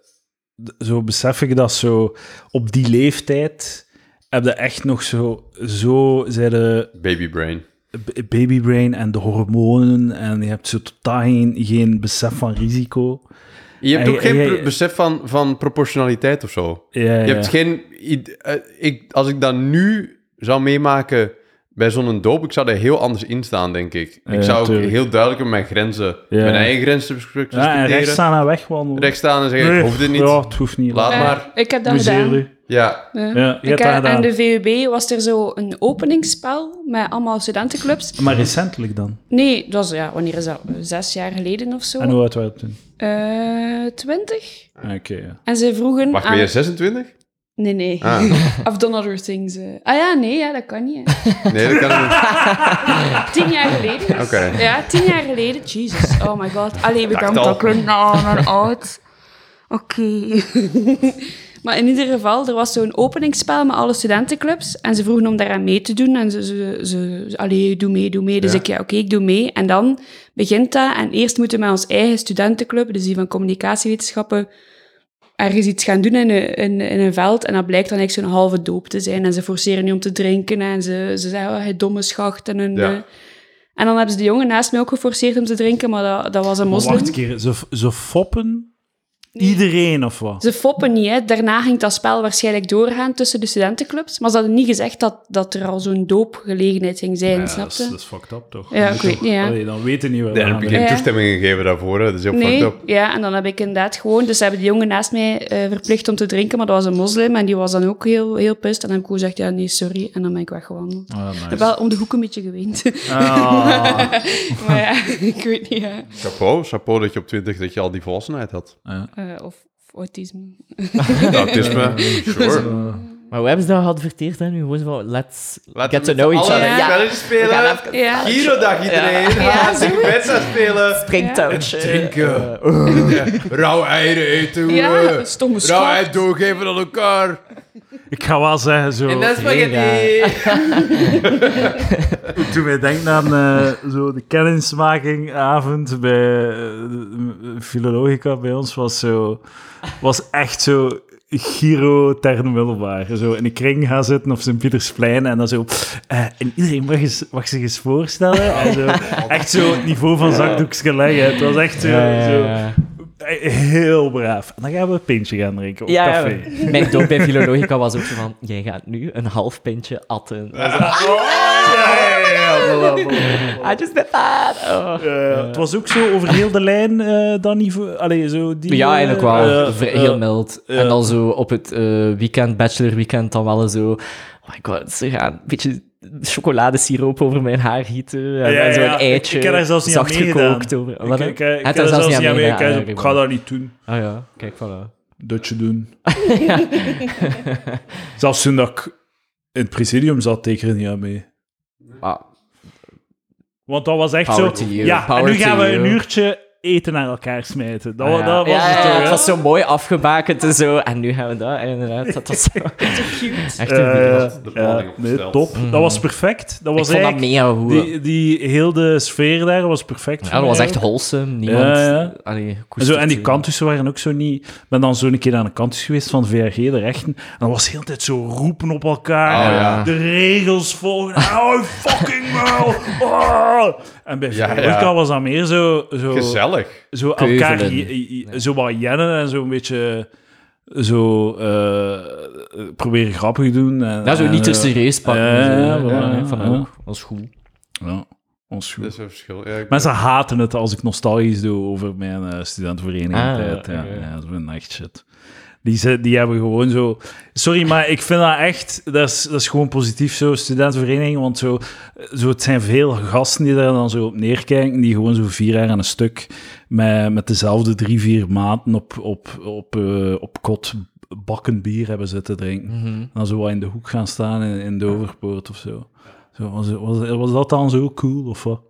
S1: Zo besef ik dat zo op die leeftijd heb je echt nog zo, zo zijn de
S2: babybrain.
S1: B- babybrain en de hormonen en je hebt zo totaal geen, geen besef van risico.
S2: Je hebt
S1: en,
S2: ook geen
S1: je,
S2: pro- besef van, van proportionaliteit of zo.
S1: Ja, ja.
S2: Je hebt geen... Uh, ik, als ik dat nu zou meemaken bij zo'n doop, ik zou daar heel anders in staan, denk ik. Ik ja, zou ook heel duidelijk mijn grenzen, ja. mijn eigen grenzen respecteren.
S1: Ja, en recht staan en wegwandelen.
S2: Recht staan en zeggen, nee, ik hoef dit niet.
S1: Ja, het hoeft niet.
S2: Laat
S3: ja,
S2: maar.
S3: Ik heb dat
S1: Museer
S3: gedaan.
S1: U.
S2: Ja.
S3: ja.
S1: ja
S3: ik heb, aan de V U B was er zo een openingsspel met allemaal studentenclubs.
S1: Maar recentelijk dan?
S3: Nee, dat was, ja, wanneer is dat? Zes jaar geleden of zo.
S1: En hoe oud waren het toen?
S3: Uh, twintig.
S1: Oké, okay, ja.
S3: En ze vroegen...
S2: Wacht, ben je zesentwintig?
S3: Nee, nee.
S2: Ah.
S3: I've done other things. Uh. Ah ja, nee, ja, dat kan niet. Hè.
S2: Nee, dat kan niet.
S3: Tien jaar geleden.
S2: Oké. Okay.
S3: Ja, tien jaar geleden. Jesus, oh my god. Allee, we gaan takken. Nou, nou, oud. Oké. Okay. Maar in ieder geval, er was zo'n openingsspel met alle studentenclubs. En ze vroegen om daaraan mee te doen. En ze, ze, ze, ze allee, doe mee, doe mee. Dus ja. ik, ja, oké, okay, ik doe mee. En dan begint dat. En eerst moeten we met ons eigen studentenclub, dus die van communicatiewetenschappen, ergens iets gaan doen in een, in, in een veld. En dat blijkt dan eigenlijk zo'n halve doop te zijn. En ze forceren nu om te drinken. En ze, ze zeggen, oh, hij domme schacht. En, een, ja. uh, en dan hebben ze de jongen naast mij ook geforceerd om te drinken. Maar dat, dat was een moslim.
S1: Wacht een keer, ze, ze foppen... Nee. Iedereen, of wat?
S3: Ze foppen niet, hè. Daarna ging dat spel waarschijnlijk doorgaan tussen de studentenclubs, maar ze hadden niet gezegd dat, dat er al zo'n doopgelegenheid ging zijn, ja, snap je?
S1: Dat is fucked up, toch?
S3: Ja, ik weet niet, ja.
S1: Allee, dan weten niet wat
S2: Dan heb je geen ja. toestemming gegeven daarvoor, hè. Dat is heel
S3: nee,
S2: fucked up.
S3: Ja, en dan heb ik inderdaad gewoon... Dus ze hebben die jongen naast mij uh, verplicht om te drinken, maar dat was een moslim, en die was dan ook heel, heel pist. En dan heb ik gewoon gezegd, ja, nee, sorry, en dan ben ik weggewandeld.
S1: Oh, nice.
S3: Ik heb wel om de hoek een beetje geweend.
S1: Oh.
S3: Maar ja, ik weet niet, ja.
S2: Chapeau, chapeau dat je op twintig dat je al die volwassenheid had.
S1: Ja.
S3: Uh, of autisme.
S2: Autisme, sure.
S4: Maar hoe hebben ze dat geadverteerd dan nu? Gewoon zo van, let's
S2: Laten
S4: get to
S2: we
S4: know
S2: met
S4: each
S2: z'n
S4: other.
S2: allen
S3: Ja.
S2: spelletjes
S4: We gaan
S2: spelen.
S4: even
S3: Ja.
S2: Giro-dag iedereen.
S3: Ja,
S2: Ja,
S3: zoiets.
S2: wedstrijd spelen.
S4: springtouwtje.
S2: Drinken.
S4: Uh,
S2: Ja, rauw eieren eten.
S3: Ja,
S2: eh,
S3: stomme
S2: rauw
S3: schat.
S2: eieren doorgeven aan elkaar.
S1: Ik ga wel zeggen, zo...
S2: En dat is spaghetti.
S1: Toen wij denken aan eh, zo de kennismakingavond bij eh, de- Philologica bij ons, was, zo, was echt zo Giro ter middelbaar. Zo in een kring gaan zitten op Sint-Pietersplein en dan zo... eh, en iedereen mag, eens, mag zich eens voorstellen. En zo, echt zo het niveau van zakdoekje leggen. Het was echt zo...
S4: ja, ja,
S1: zo
S4: ja.
S1: heel braaf. En dan gaan we een pintje gaan drinken op
S4: Ja, ja.
S1: café.
S4: Mijn doop bij Philologica was ook zo van, jij gaat nu een half pintje atten.
S1: Ja, ja, ja, voilà, voilà.
S4: I just did that. Oh.
S1: Eh, het was ook zo over heel de lijn, eh dat niveau. Allee, zo die,
S4: Ja, eigenlijk wel.
S1: eh,
S4: Vrij-
S1: eh,
S4: heel mild.
S1: eh,
S4: en dan zo op het eh, weekend, bachelor weekend, dan wel zo... Oh my god, ze gaan een beetje chocoladesiroop over mijn haar gieten. En,
S1: Ja,
S4: en zo'n
S1: ja,
S4: eitje.
S1: ik heb daar zelfs niet aan
S4: zacht
S1: meegedaan.
S4: gekookt over... Wat,
S1: Ik,
S4: hè?
S1: ik, ik, ik
S4: Heb
S1: heb
S4: daar
S1: er zelfs niet aan mee.
S4: meegedaan,
S1: Ik,
S4: ja,
S1: ik
S4: oké,
S1: ga
S4: maar-
S1: dat niet doen.
S4: Ah ja, kijk, voilà.
S1: Dutje doen. Zelfs toen dat ik in het presidium zat, teken er niet aan mee.
S4: Ah,
S1: Want dat was echt
S4: Power
S1: zo...
S4: to you,
S1: Ja, en
S4: power
S1: nu gaan
S4: to
S1: we
S4: you.
S1: een uurtje eten naar elkaar smijten. Dat,
S4: ah,
S1: wa-
S4: ja.
S1: dat was
S4: ja,
S1: het
S4: ja,
S1: toch,
S4: ja,
S1: hè?
S4: het was zo mooi afgebakend en zo. En nu gaan we dat, en inderdaad. Dat was zo... Echt een
S1: Eh,
S4: wereld.
S2: de
S1: ja,
S2: planning
S1: nee,
S2: opgesteld.
S1: top.
S4: Mhm.
S1: Dat was perfect. Dat
S4: Ik
S1: was
S4: vond dat
S1: eigenlijk...
S4: mega goed.
S1: Die, die heel de sfeer daar was perfect.
S4: Ja,
S1: voor
S4: dat was
S1: mij
S4: echt
S1: ook.
S4: wholesome. Niemand...
S1: Ja, ja.
S4: Allee,
S1: En, zo,
S4: koestert
S1: en die
S4: zo.
S1: kantussen waren ook zo niet... Ik ben dan zo een keer aan een kantus geweest van de V R G, de rechten. En dan was de hele tijd zo roepen op elkaar.
S2: Oh, ja.
S1: De regels volgen. Oh, fucking wel! Oh. En bij
S2: Ja,
S1: Veronica
S2: ja.
S1: was dat meer zo... zo
S2: Gezellig.
S1: Zo
S4: Keuvelen.
S1: elkaar... j- j- Zo wat jennen en zo een beetje... Zo... eh, proberen grappig doen. En,
S4: Ja, zo niet te
S1: en, eh,
S4: serieus pakken.
S1: ja,
S4: zo.
S1: ja,
S4: Ja,
S1: voilà,
S4: nee, van
S1: ja.
S4: ook. Dat is goed.
S1: Ja, ons goed.
S2: Dat is een verschil. Ja, ik-
S1: Mensen haten het als ik nostalgisch doe over mijn uh, studentenvereniging
S4: Ah,
S1: tijd. Ja,
S4: oké.
S1: ja, dat is een echt shit. Die, ze- die hebben gewoon zo... Sorry, maar ik vind dat echt... Dat is, dat is gewoon positief zo, studentenvereniging. Want zo, zo, het zijn veel gasten die daar dan zo op neerkijken, die gewoon zo vier jaar aan een stuk met, met dezelfde drie, vier maanden op, op, op, uh, op kot bakken bier hebben zitten drinken.
S4: Mhm.
S1: En dan zo wat in de hoek gaan staan in, in de Overpoort of zo. Zo, was, was, was dat dan zo cool, of wat?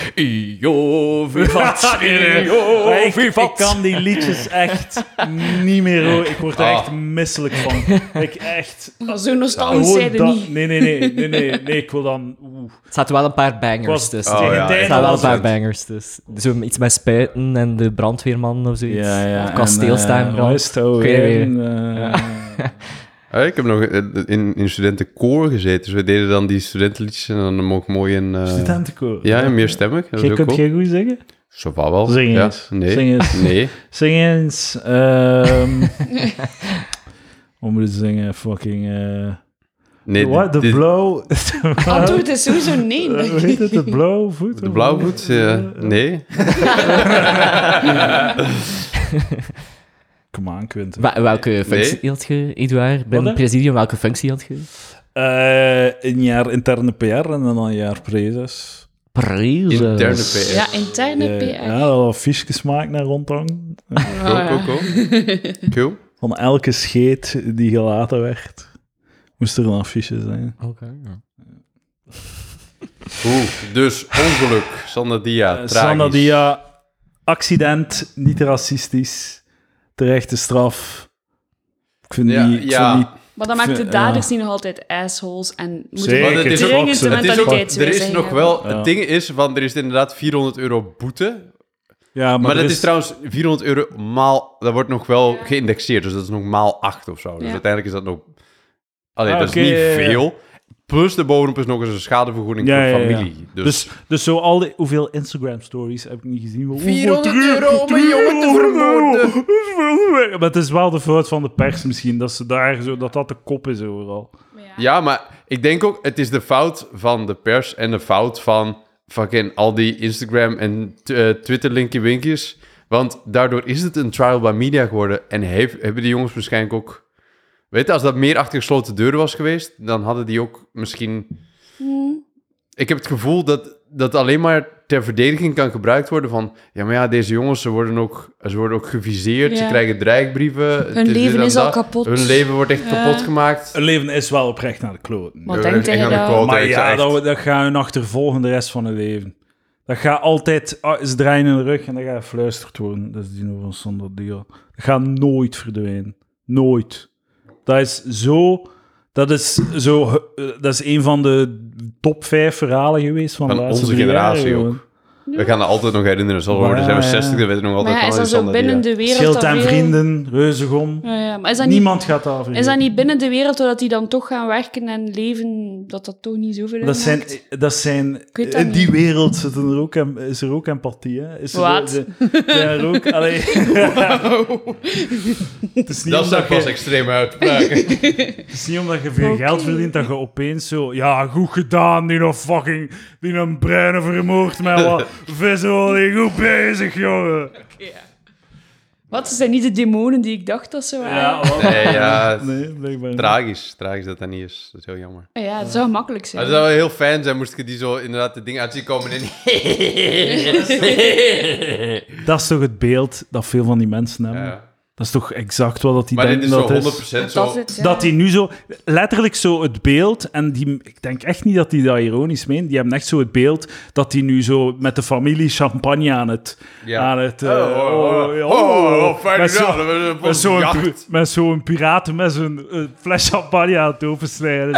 S4: Io, vivat,
S1: Maar ik, ik kan die liedjes echt niet meer horen. Ik word er echt misselijk van. Ik echt...
S3: Maar zo nostalgisch
S1: Gewoon
S3: zijn er
S1: dat-
S3: niet.
S1: Nee, nee, nee, nee, nee, nee, ik wil dan... Oeh.
S4: Er zaten wel een paar bangers
S1: Was-
S4: tussen.
S2: Oh,
S1: tegen
S2: ja,
S1: het
S2: ja.
S4: Er
S1: einde
S4: zaten wel een
S1: was
S4: paar
S1: het-
S4: bangers tussen. Zo iets met spuiten en de brandweerman of zoiets.
S1: Ja, ja.
S4: Of kasteel staan in
S1: en, uh, wat is
S4: brand.
S1: het
S4: Ik weet het
S1: alweer?
S4: niet.
S1: Eh,
S2: Ja, ik heb nog in, in studentenkoor gezeten. Dus we deden dan die studentenliedjes en dan mocht mooi in... uh,
S1: Studentenkoor.
S2: ja, en meerstemmig. Dat is
S1: Jij
S2: ook
S1: kunt
S2: cool.
S1: jij goed zingen?
S2: Zo va wel.
S1: Zing
S2: ja.
S1: eens.
S2: Nee.
S1: Zing eens.
S2: Nee.
S1: Zing eens. ehm Wat moet je zingen? Fucking... eh
S2: nee
S1: What? De
S2: dit-
S1: blauw...
S3: Antwoord is sowieso nee.
S1: Eh,
S3: denk
S1: Hoe
S3: ik.
S1: heet het? De blauwvoet?
S2: De blauwvoet? Ja. Nee.
S1: Kom aan, Quinten.
S4: Wa- welke functie
S2: Nee.
S4: had je, Eduard? Binnen
S1: Wat,
S4: het
S1: hè?
S4: presidium, welke functie had je?
S1: Eh, een jaar interne P R en dan een jaar prezes.
S4: Precies.
S2: Interne P R.
S3: Ja, interne
S1: Ja,
S3: P R.
S1: ja, dat was fiches gemaakt naar rondhangen.
S2: Cool, cool, cool. Cool.
S1: Van elke scheet die gelaten werd, moest er een affiche zijn.
S4: Oké, ja.
S2: Oeh, dus ongeluk. Sanna Dia,
S1: Uh,
S2: tragisch.
S1: Sanna Dia, accident, niet racistisch, terechte straf. Ik vind
S2: Ja,
S1: die... Ik
S2: ja.
S1: vind die
S3: Maar dat maakt de
S1: Ja.
S3: daders niet nog altijd assholes en moeten
S1: Zeker,
S2: Maar het is ook-
S3: dringend de
S1: het is ook-
S2: Het is ook,
S3: mentaliteitswijziging
S2: er is nog
S3: hebben.
S2: wel...
S1: Ja.
S2: Het ding is, van, er is inderdaad vierhonderd euro boete.
S1: ja, maar,
S2: Maar,
S1: er
S2: dat is... trouwens vierhonderd euro maal... Dat wordt nog wel geïndexeerd, dus dat is nog maal acht of zo. Dus
S3: Ja.
S2: uiteindelijk is dat nog... Allee,
S1: Ah,
S2: dat
S1: oké,
S2: is niet
S1: ja, ja, ja.
S2: veel. Plus de bovenop is nog eens een schadevergoeding
S1: Ja,
S2: voor
S1: ja, ja.
S2: familie. Dus,
S1: Dus, dus zo al die... Hoeveel Instagram-stories heb ik niet gezien? Hoeveel-
S2: vierhonderd
S1: hoeveel-
S2: euro om een jongen te vermoorden.
S1: Maar het is wel de fout van de pers misschien, dat ze daar zo... Dat dat de kop is overal.
S2: Ja, maar ik denk ook, het is de fout van de pers en de fout van fucking al die Instagram en uh, Twitter linky winkies. Want daardoor is het een trial by media geworden. En heeft, hebben die jongens waarschijnlijk ook... Weet je, als dat meer achter gesloten deuren was geweest, dan hadden die ook misschien... Ik heb het gevoel dat dat alleen maar ter verdediging kan gebruikt worden van... Ja, maar ja, deze jongens, ze worden ook, ze worden ook geviseerd.
S3: Ja.
S2: Ze krijgen dreigbrieven.
S3: Hun leven is al kapot.
S2: Hun leven wordt echt
S3: Ja.
S2: kapot gemaakt.
S1: Een leven is wel oprecht naar de kloten.
S3: Wat
S2: Ja,
S3: denkt
S2: echt
S3: hij
S2: aan de
S3: dan?
S2: kloten.
S1: Maar
S2: ik
S1: ja,
S2: zeg echt-
S1: dat, dat gaat hun achtervolgen de rest van hun leven. Dat gaat altijd... Ah, ze draaien in de rug en dan gaat gefluisterd worden. Dat is die nog van Sander Dio. Dat gaat nooit verdwijnen. Nooit. Dat is zo... Dat is, zo, eh, dat is een van de top vijf verhalen geweest van,
S2: Van
S1: de laatste
S2: onze
S1: drie
S2: generatie
S1: jaar,
S2: ook.
S1: gewoon.
S2: We gaan dat altijd nog herinneren. Zal
S1: Maar
S2: worden, zijn we
S1: ja, ja.
S2: zestig, dan weten we nog altijd
S3: Maar ja, is
S2: van
S3: dat
S2: die
S3: zo
S2: Sander
S3: binnen
S2: Dia.
S3: de wereld...
S1: Schild
S3: dat
S1: en
S3: veel-
S1: vrienden, reuzegom.
S3: Ja, ja. Maar is dat, niet,
S1: Niemand gaat dat
S3: is
S1: vergeten.
S3: dat niet binnen de wereld, doordat die dan toch gaan werken en leven, dat dat toch niet zoveel
S1: Dat zijn,
S3: uitmaakt?
S1: dat zijn,
S3: weet dat
S1: in die
S3: niet.
S1: wereld zitten er ook, em- is er ook empathie. Hè? Is er,
S3: Wat?
S1: Zijn er ook, allee. Het is niet
S2: Dat zijn
S1: omdat
S2: pas
S1: je,
S2: extreme uitspraken.
S1: het is niet omdat je veel
S3: Oké.
S1: geld verdient dat je opeens zo... Ja, goed gedaan, die nog fucking... Die een bruine vermoord met wat visolie. Goed bezig, jongen.
S3: Wat, ze zijn niet de demonen die ik dacht dat ze waren?
S1: Ja, wat?
S2: Nee, ja,
S1: Nee, blijkbaar niet.
S2: tragisch. Tragisch dat dat niet is. Dat is heel jammer.
S3: Ja, ja, het zou makkelijk
S2: Maar
S3: zijn.
S2: het zou wel heel fijn zijn, moest je die zo inderdaad de dingen uit zien komen en...
S1: Dat is toch het beeld dat veel van die mensen hebben.
S2: Ja.
S1: Dat is toch exact wat dat die
S2: Maar dit
S1: denken
S2: is zo
S1: dat
S2: honderd
S1: is.
S2: procent
S3: Dat is
S2: zo...
S3: het, ja.
S1: Dat die nu zo, letterlijk zo het beeld, en die, ik denk echt niet dat die dat ironisch meen, die hebben echt zo het beeld dat die nu zo met de familie champagne aan het...
S2: Ja.
S1: Aan het
S2: Oh, oh, oh,
S1: ja,
S2: oh, oh, fijn
S1: met zo-
S2: gedaan, we hebben
S1: met zo'n
S2: jacht.
S1: pi- met zo'n piraten met zo'n eh, fles champagne aan het opensnijden. Zo.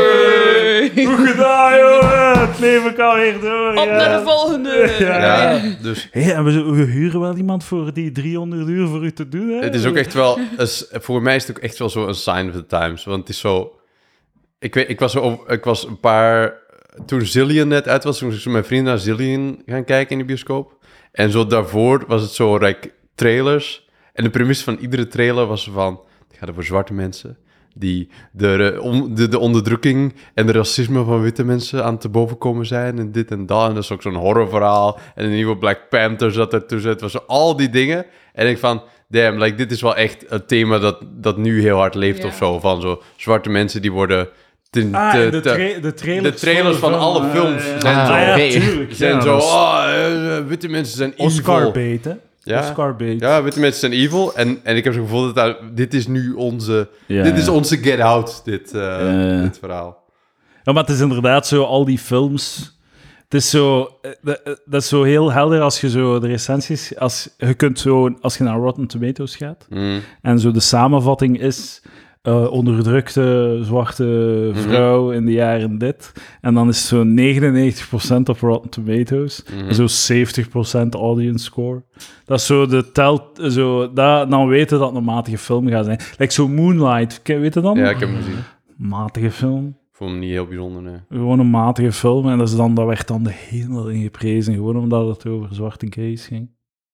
S3: Hey.
S1: Goed gedaan, jongen! Het leven kan weer door.
S3: Op
S1: ja.
S3: naar de volgende!
S1: Ja.
S2: Ja, dus
S1: Hey, en we, we huren wel iemand voor die driehonderd uur voor u te doen. Hè?
S2: het is ook echt wel... is- voor mij is het ook echt wel zo een sign of the times. Want het is zo... Ik weet, ik was, zo, ik was een paar... Toen Zillion net uit was, toen was ik zo met vrienden naar Zillion gaan kijken in de bioscoop. En zo daarvoor was het zo, like, trailers. En de premisse van iedere trailer was van... Het gaat over zwarte mensen die de, eh, on- de, de onderdrukking en de racisme van witte mensen aan te boven komen zijn. En dit en dat. En dat is ook zo'n horrorverhaal. En een nieuwe Black Panther zat ertussen. Het was zo al die dingen. En ik van... Damn, like, dit is wel echt een thema dat, dat nu heel hard leeft
S3: Ja.
S2: of zo. Van zo zwarte mensen die worden... Te,
S1: Ah,
S2: te-
S1: en de,
S2: te-
S1: tra- de trailers,
S2: de trailers
S1: voor de
S2: van
S1: film.
S2: alle
S1: Ah,
S2: films
S1: ja, ja.
S2: zijn
S4: Ah,
S2: zo...
S1: Ah, ja,
S4: oké.
S1: tuurlijk.
S2: zijn
S1: ja,
S2: zo...
S1: dat is
S2: Oh, eh, witte mensen zijn evil.
S1: Oscar bait, hè?
S2: Ja.
S1: Oscar bait.
S2: Ja, witte mensen zijn evil. En, en ik heb zo gevoel dat daar- dit is nu onze...
S1: Ja,
S2: dit is
S1: ja.
S2: onze Get Out, dit, eh,
S1: Ja.
S2: dit verhaal.
S1: Ja, maar het is inderdaad zo, al die films... Het is zo... eh, Dat, eh, dat is zo heel helder als je zo de recensies... Als, je kunt zo... Als je naar Rotten Tomatoes gaat,
S2: Mm.
S1: en zo de samenvatting is... eh, onderdrukte zwarte vrouw in de jaren dit. En dan is zo negenennegentig procent op Rotten Tomatoes.
S2: Mhm.
S1: En zo zeventig procent audience score. Dat is zo de telt... Zo, dat, dan weten dat het een matige film gaat zijn. Like zo Moonlight. Ken- Weet je dan?
S2: Ja, ik heb hem gezien.
S1: Matige film.
S2: Ik vond hem niet heel bijzonder, nee.
S1: Gewoon een matige film. En dat, is dan, dat werd dan de hemel in geprezen. Gewoon omdat het over zwarte gays ging.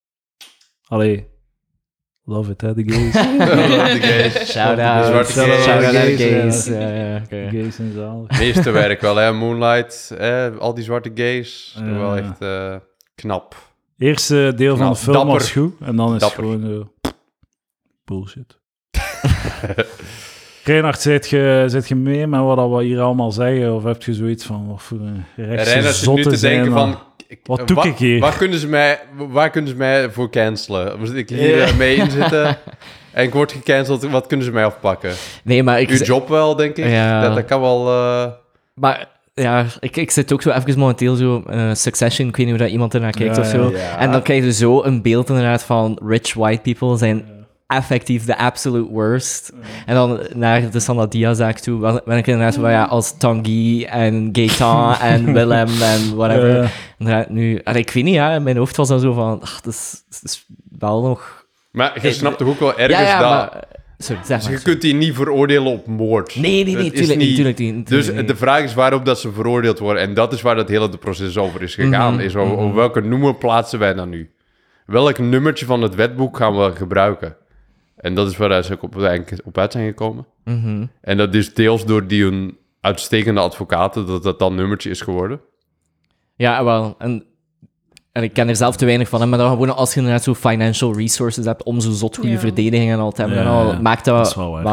S1: Allee. Love it, hè, de gays.
S2: De gays.
S4: Shout
S2: De
S4: out.
S2: zwarte
S1: Shout out.
S2: gays.
S4: Shout out
S1: Gays,
S4: out
S1: ja.
S4: gays. Ja, ja, oké.
S1: Gays en zalig.
S2: Meesterwerk wel, hè. Moonlight, eh, al die zwarte gays.
S1: Ja.
S2: Wel echt eh, knap.
S1: Eerste deel van
S2: Nou,
S1: de film
S2: dapper.
S1: was goed. En dan is
S2: Dapper.
S1: het gewoon zo... bullshit. Reinhard, zit je, zit je mee met wat we hier allemaal zeggen? Of heb je zoiets van... Wat voor een rechtse
S2: Reinhard zit nu
S1: zotte
S2: te
S1: zijn
S2: denken
S1: dan?
S2: van... ik-
S1: Wat doe
S2: wa-
S1: ik hier?
S2: Waar kunnen, ze mij, waar kunnen ze mij voor cancelen? Moet ik hier
S1: Ja.
S2: eh, mee inzitten? En ik word gecanceld, wat kunnen ze mij afpakken?
S4: Nee, maar ik...
S2: Uw job wel, denk ik.
S4: Ja.
S2: Dat, dat kan wel... eh,
S4: Maar ja, ik, ik zit ook zo even momenteel zo... eh, Succession, ik weet niet of dat iemand ernaar kijkt
S1: Ja,
S4: of zo.
S1: ja,
S2: ja.
S4: En dan krijg je zo een beeld inderdaad van rich white people zijn effectief de absolute worst. En dan naar de Sanna Dia-zaak toe ben ben ik inderdaad zo van, ja, als Tanguy en Gaetan en Willem en whatever.
S1: Ja.
S4: Inderdaad, nu... allee, ik weet niet, ja, in mijn hoofd was dan zo van... Ach, dat is, dat is wel nog...
S2: Maar je snapt toch ook wel ergens
S4: ja, ja,
S2: dat...
S4: maar... Sorry, zeg
S2: Dus
S4: maar.
S2: je kunt die niet veroordelen op moord.
S4: Nee, nee, nee,
S2: Het is
S4: tuurlijk niet,
S2: niet-
S4: tuurlijk niet.
S2: Dus
S4: tuurlijk niet.
S2: de vraag is waarop dat ze veroordeeld worden. En dat is waar dat hele proces over is gegaan.
S4: Mhm,
S2: Is over,
S4: mhm.
S2: over welke noemer plaatsen wij dan nu? Welk nummertje van het wetboek gaan we gebruiken? En dat is waar ze ook op, op uit zijn gekomen.
S4: Mhm.
S2: En dat is deels door die een uitstekende advocaten dat dat dan nummertje is geworden.
S4: Ja, wel. En, en ik ken er zelf te weinig van, hè, maar dan gewoon als je inderdaad zo financial resources hebt om zo zot goede
S3: Ja.
S4: verdedigingen al te hebben,
S1: Ja,
S4: en al,
S1: ja.
S4: maakt
S1: Dat
S4: dat,
S1: is wel waar.
S4: wel een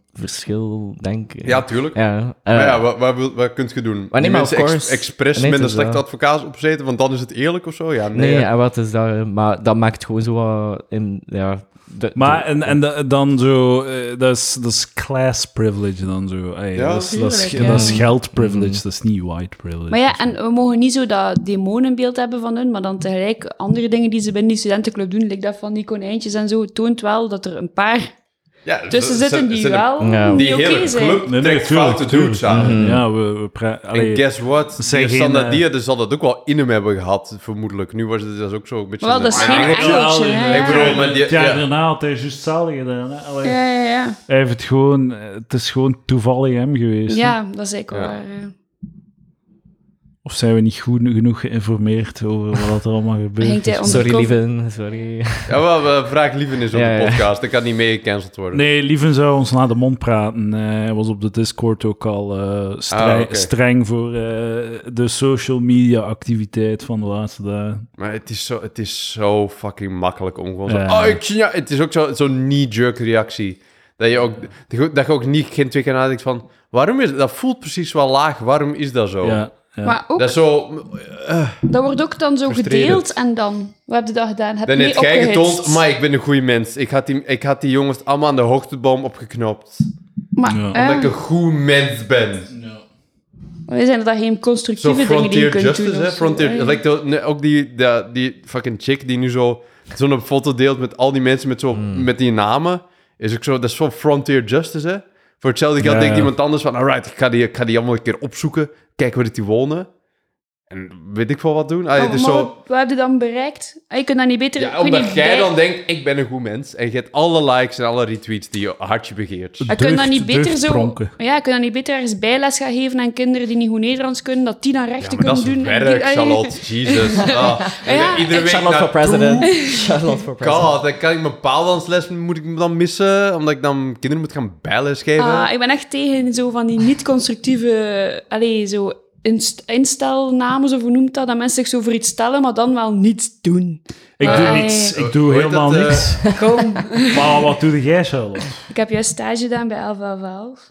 S4: verschil, denk ik.
S2: Ja, tuurlijk.
S4: Ja, uh,
S2: Maar ja, wat, wat, wil- wat kun je doen?
S4: Maar nee,
S2: Die
S4: maar
S2: mensen
S4: of
S2: ex-
S4: course-
S2: expres
S4: nee,
S2: met een
S4: het is
S2: slechte
S4: wel-
S2: advocaat opzeten, want dan is het eerlijk of zo? Ja, nee.
S4: nee,
S2: hè.
S4: en wat is dat? Maar dat maakt gewoon zo wat... In, ja, de,
S1: Maar
S4: de-
S1: en, en de- dan zo, eh, dat is, dat is class privilege dan zo. Ey,
S2: Ja,
S1: dat, is, dat, is,
S3: tuurlijk,
S1: dat is
S3: ja.
S1: geld privilege,
S4: Mhm.
S1: dat is niet white privilege.
S3: Maar ja, en we mogen niet zo dat demonenbeeld hebben van hun, maar dan tegelijk andere dingen die ze binnen die studentenclub doen, like dat van die konijntjes en zo, toont wel dat er een paar
S2: Ja,
S3: tussen
S2: ze-
S3: zitten
S2: ze-
S3: die
S2: ze-
S3: wel
S4: Ja.
S3: niet
S2: Die
S3: oké
S2: hele
S3: zijn.
S2: club
S1: Nee, nee,
S2: trekt
S1: tuurlijk,
S2: foute
S1: tuurlijk.
S2: dudes aan.
S4: Mhm.
S1: Ja, we, we pra- allee,
S2: En guess what?
S1: dat zijn
S2: Die
S1: geen,
S2: Standaard
S1: eh,
S2: Dia, dus zal dat ook wel in hem hebben gehad, vermoedelijk. Nu was het dus ook zo een beetje...
S3: Maar wel, dat is
S2: een-
S3: geen
S2: een-
S3: engeltje,
S1: ja,
S3: hè,
S2: Ik bedoel,
S3: ja.
S2: maar die...
S1: het jaar
S2: ja.
S1: daarna had hij juist hetzelfde gedaan. Hè? Allee,
S3: Ja, ja, ja.
S1: Hij heeft het gewoon, het is gewoon toevallig hem geweest. hè.
S3: Ja, dat is eigenlijk
S2: Ja.
S3: wel waar. ja.
S1: Of zijn we niet goed genoeg geïnformeerd over wat er allemaal gebeurt?
S3: Hangt hij onder-
S4: Sorry,
S3: Undercover.
S4: lieven. Sorry.
S2: Ja, wel, we vraag Lieven is op
S4: Ja,
S2: de
S4: ja.
S2: podcast. Dat kan niet mee gecanceld worden.
S1: Nee, Lieven zou ons naar de mond praten. Eh, hij was op de Discord ook al eh, streng,
S2: Ah, oké.
S1: streng voor eh, de social media activiteit van de laatste dagen.
S2: Maar het is zo, het is zo fucking makkelijk om gewoon
S1: Ja.
S2: zo... Oh, ik, ja, het is ook zo- zo'n knee-jerk reactie. Dat je ook, dat je ook niet geen twee keer nadenkt van... Waarom is het? Dat voelt precies wel laag. Waarom is dat zo?
S1: Ja, ja.
S3: Maar ook,
S2: Dat is zo... eh,
S3: dat wordt ook dan zo
S2: Frustrerend.
S3: gedeeld en dan, wat heb je dat gedaan? Heb je
S2: dan
S3: mee
S2: heeft jij
S3: opgehitst?
S2: getoond... Maar ik ben een goede mens. Ik had, die, ik had die jongens allemaal aan de hoogteboom opgeknopt.
S3: Maar,
S1: Ja.
S3: eh,
S2: Omdat ik een goed mens ben.
S3: wij zijn er dan geen
S2: Zo
S3: constructieve dingen die je
S2: Frontier
S3: kunt
S2: Justice,
S3: doen.
S2: hè?
S3: of zo,
S2: Frontier,
S3: hè.
S2: like de- nee, ook die, die, die fucking chick die nu zo zo'n foto deelt met al die mensen met, zo, met die namen. Is ook zo, dat is zo Frontier Justice, hè? Voor hetzelfde geld
S1: Ja,
S2: denkt
S1: ja.
S2: iemand anders van... Alright, ik ga, die, ik ga die allemaal een keer opzoeken. Kijken waar die wonen. En weet ik veel wat doen. Ah,
S3: Maar,
S2: het is
S3: maar
S2: zo...
S3: wat, wat heb je dan bereikt? Ah, je kunt dat niet beter...
S2: Ja,
S3: kun je
S2: omdat
S3: niet
S2: jij
S3: bij-
S2: dan denkt, ik ben een goed mens. En je hebt alle likes en alle retweets die je hartje begeert.
S3: Je kunt dat
S1: Deugd-
S3: niet beter zo...
S1: deugdpronken.
S3: Ja, je kunt dat niet beter ergens bijles gaan geven aan kinderen die niet goed Nederlands kunnen, dat die dan rechten
S2: Ja, maar dat
S3: kunnen
S2: is
S3: doen.
S2: werk,
S3: Die-
S2: Charlotte. Jesus. Ah. En
S3: Ja,
S2: iedere week
S4: Charlotte voor
S2: naartoe.
S4: president. Charlotte voor president.
S2: God, dan kan ik mijn paaldansles moet ik dan missen, omdat ik dan kinderen moet gaan bijles geven.
S3: Ah, ik ben echt tegen zo van die niet-constructieve... Allee, zo inst- instelnamen, zo hoe noemt dat? Dat mensen zich zo voor iets stellen, maar dan wel niets doen.
S1: Ik doe
S3: Ah,
S1: niets.
S2: ja.
S1: Ik doe
S2: Hoe heet
S1: helemaal
S2: dat, eh?
S1: niks.
S3: Kom.
S1: Maar wat doe jij, Charlotte?
S3: Ik heb juist stage gedaan bij elf elf elf.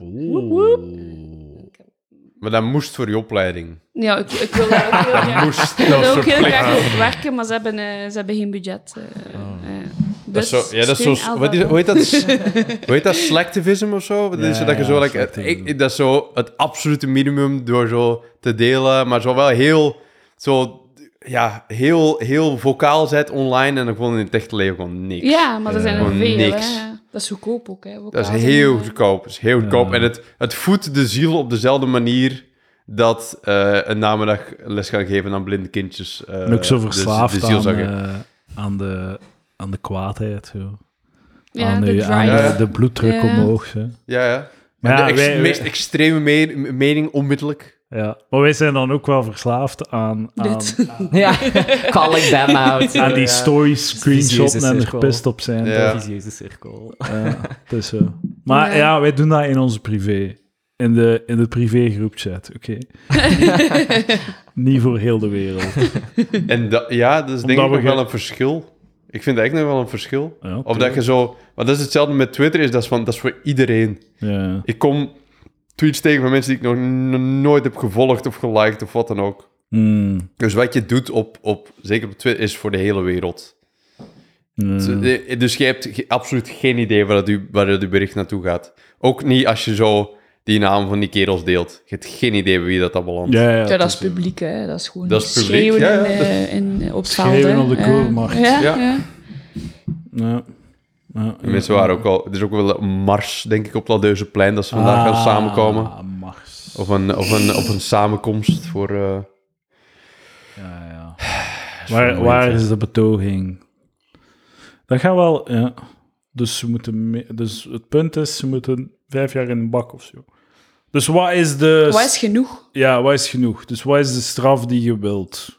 S2: Maar dat moest voor je opleiding.
S3: Ja, ik, ik wil daar ook heel graag...
S2: Moest,
S3: Ik
S2: dat
S3: wil
S2: was
S3: ook heel
S2: verplicht.
S3: graag op werken, maar ze hebben, eh, ze hebben geen budget. eh, eh.
S2: Dat is
S3: Dus
S2: zo, ja, dat is zo,
S3: steun
S2: wat is,
S3: elf
S2: hoe, heet dat? hoe heet dat? Selectivism of zo? Dat is zo
S1: Ja,
S2: dat je
S1: ja,
S2: zo, like,
S1: selectivism.
S2: ik, dat is zo het absolute minimum door zo te delen, maar zo wel heel, zo, ja, heel, heel vocaal zet online en dan gewoon in het echte leven gewoon niks.
S3: Ja, maar er zijn er
S2: Gewoon
S3: veel.
S2: niks.
S3: Hè. Dat is goedkoop ook. Hè.
S2: Dat is
S3: Vocaal
S2: heel
S3: zijn,
S2: goedkoop. Dat is heel goedkoop. En het, het voedt de ziel op dezelfde manier dat eh, een namiddag les gaan geven aan blinde kindjes. eh,
S1: En ook zo
S2: de-
S1: verslaafd
S2: de ziel
S1: aan,
S2: zakken.
S1: eh, aan, de, aan de kwaadheid. Zo.
S3: Ja,
S1: aan
S3: de
S1: de, aan
S3: drive.
S1: de, de bloeddruk
S3: Ja.
S1: omhoog. Zo.
S2: Ja, ja.
S1: Maar
S2: En
S1: ja,
S2: de ex-
S1: wij- wij-
S2: meest extreme me- mening onmiddellijk.
S1: Ja. Maar wij zijn dan ook wel verslaafd aan, aan,
S3: Dit.
S4: Ja, calling them out.
S1: aan die
S4: Ja.
S1: story screenshotten en er
S4: cirkel.
S1: pist op zijn.
S2: Ja.
S4: De visieuze cirkel.
S1: Ja, het is zo. Maar
S3: Ja.
S1: ja, wij doen dat in onze privé. In de, in de privé groepchat, oké? Niet voor heel de wereld.
S2: En dat, ja, dat is denk
S1: Omdat
S2: ik
S1: we
S2: nog wel
S1: ge-
S2: een verschil. Ik vind dat echt nog wel een verschil.
S1: Ja,
S2: Of dat je zo... Maar dat is hetzelfde met Twitter, is dat, is van, dat is voor iedereen.
S1: Ja.
S2: Ik kom tweets tegen van mensen die ik nog n- nooit heb gevolgd of geliked of wat dan ook.
S1: Mm,
S2: Dus wat je doet op, op zeker op Twitter, is voor de hele wereld.
S1: mm.
S2: Dus je hebt ge- absoluut geen idee waar, dat u, waar dat uw bericht naartoe gaat. Ook niet als je zo die naam van die kerels deelt. Je hebt geen idee wie dat, dat belandt.
S1: Ja, ja,
S3: Ja, dat
S1: het
S3: is publiek, hè. Dat is gewoon
S2: Dat is publiek,
S3: schreeuwen
S2: ja, ja.
S3: in, eh, in, op het veld.
S1: Schreeuwen
S3: hè.
S1: op de
S3: Ja.
S1: korenmarkt.
S3: Ja,
S2: Ja.
S3: ja.
S1: Ja. Ja,
S2: De mensen waren ook al... Er is ook wel een mars, denk ik, op dat Deuzenplein, dat ze vandaag gaan samenkomen.
S1: Ah, Mars.
S2: Of een, of, een, of een samenkomst voor... eh,
S1: Ja, ja.
S2: voor
S1: Waar,
S2: hoe
S1: waar
S2: heet het?
S1: is de betoging? Dat gaat wel, ja. Dus, ze moeten me- dus het punt is, ze moeten vijf jaar in de bak of zo. Dus wat is de...
S3: Wat is genoeg?
S1: Ja, wat is genoeg? Dus wat is de straf die je wilt?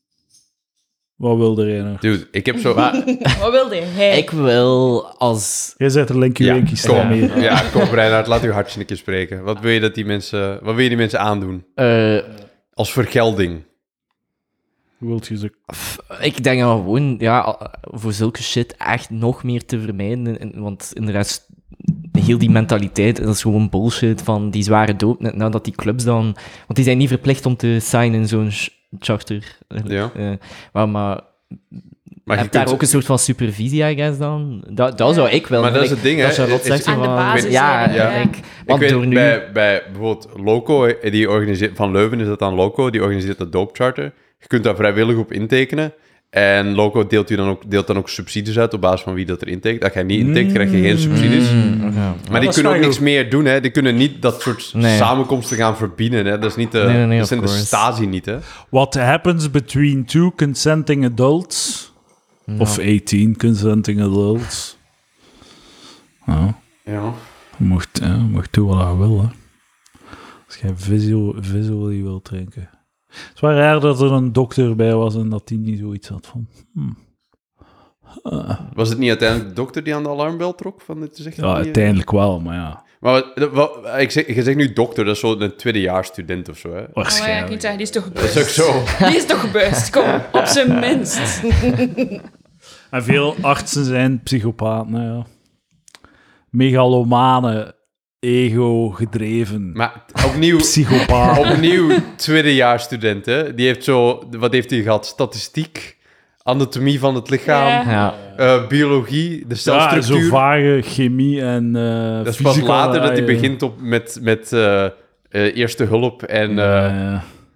S1: Wat wil er een?
S2: Dude, ik heb zo...
S3: Wat wilde hij?
S4: Ik wil als...
S1: Jij zet er linkie
S2: Ja,
S1: winkie
S2: kom,
S1: staan hier.
S2: ja, kom Reinhard, laat uw hartje een keer spreken. Wat wil je dat die mensen... Wat wil je die mensen aandoen?
S4: eh,
S2: Als vergelding.
S1: Hoe wilt je ze...
S4: ik denk dan gewoon, ja, voor zulke shit echt nog meer te vermijden. En- Want inderdaad, heel die mentaliteit, dat is gewoon bullshit van die zware dood, net nadat die clubs dan... Want die zijn niet verplicht om te signen in zo'n ch- charter.
S2: Ja.
S4: Uh, maar... maar
S2: Maar
S4: je
S2: je
S4: hebt daar
S2: kunt-
S4: ook een soort van supervisie, I guess, dan. Dat, dat zou ik wel.
S2: Maar dat is
S4: like,
S2: het ding, hè.
S4: Dat Charlotte
S2: Het
S4: zegt
S2: is-
S3: Aan de
S4: van-
S3: basis,
S4: ja,
S3: hè.
S4: ja.
S3: Ja.
S4: like,
S2: Ik
S4: want
S2: weet,
S4: door nu...
S2: bij, bij bijvoorbeeld Loco, die organiseert, van Leuven is dat dan Loco, die organiseert de Dope Charter. Je kunt daar vrijwillig op intekenen. En Loco deelt, u dan ook, deelt dan ook subsidies uit op basis van wie dat er intekent. Als jij niet intekent, krijg je geen subsidies.
S4: Mm, okay.
S2: Maar
S1: dat
S2: die
S1: is
S2: kunnen ook
S1: wel
S2: niks meer doen, hè. Die kunnen niet dat soort
S4: Nee.
S2: samenkomsten gaan verbieden, hè. Dat is niet de,
S4: Nee, nee, nee,
S2: dat
S4: of
S2: zijn de
S4: course.
S2: Stasi niet, hè.
S1: What happens between two consenting adults? Of achttien consenting adults? Nou,
S2: Ja.
S1: je mocht, ja, je mocht doen wat je wil, hè. Als jij visual, visually wilt drinken. Het is wel raar dat er een dokter bij was en dat die niet zoiets had van... Hmm.
S2: Was het niet uiteindelijk de dokter die aan de alarmbel trok? Van dit te zeggen?
S1: Ja, uiteindelijk wel, maar ja.
S2: Maar wat, wat, ik zeg, je zegt nu dokter, dat is zo een tweedejaarsstudent of zo, hè.
S3: Oh, ja, ik niet
S1: Waarschijnlijk.
S3: zeggen, die is toch
S2: Dat is
S3: best.
S2: ook zo.
S3: Die is toch best, kom, op zijn minst.
S1: En veel artsen zijn psychopaten, hè, ja. Megalomane, ego-gedreven,
S2: Maar opnieuw,
S1: psychopaat.
S2: opnieuw tweedejaarsstudent, hè. Die heeft zo... Wat heeft hij gehad? Statistiek, anatomie van het lichaam,
S3: Ja.
S4: Ja.
S2: eh, biologie, de
S1: Ja,
S2: celstructuur.
S1: zo vage chemie en uh,
S2: Dat is pas later dat hij begint op, met, met eh, eh, eerste hulp en eh,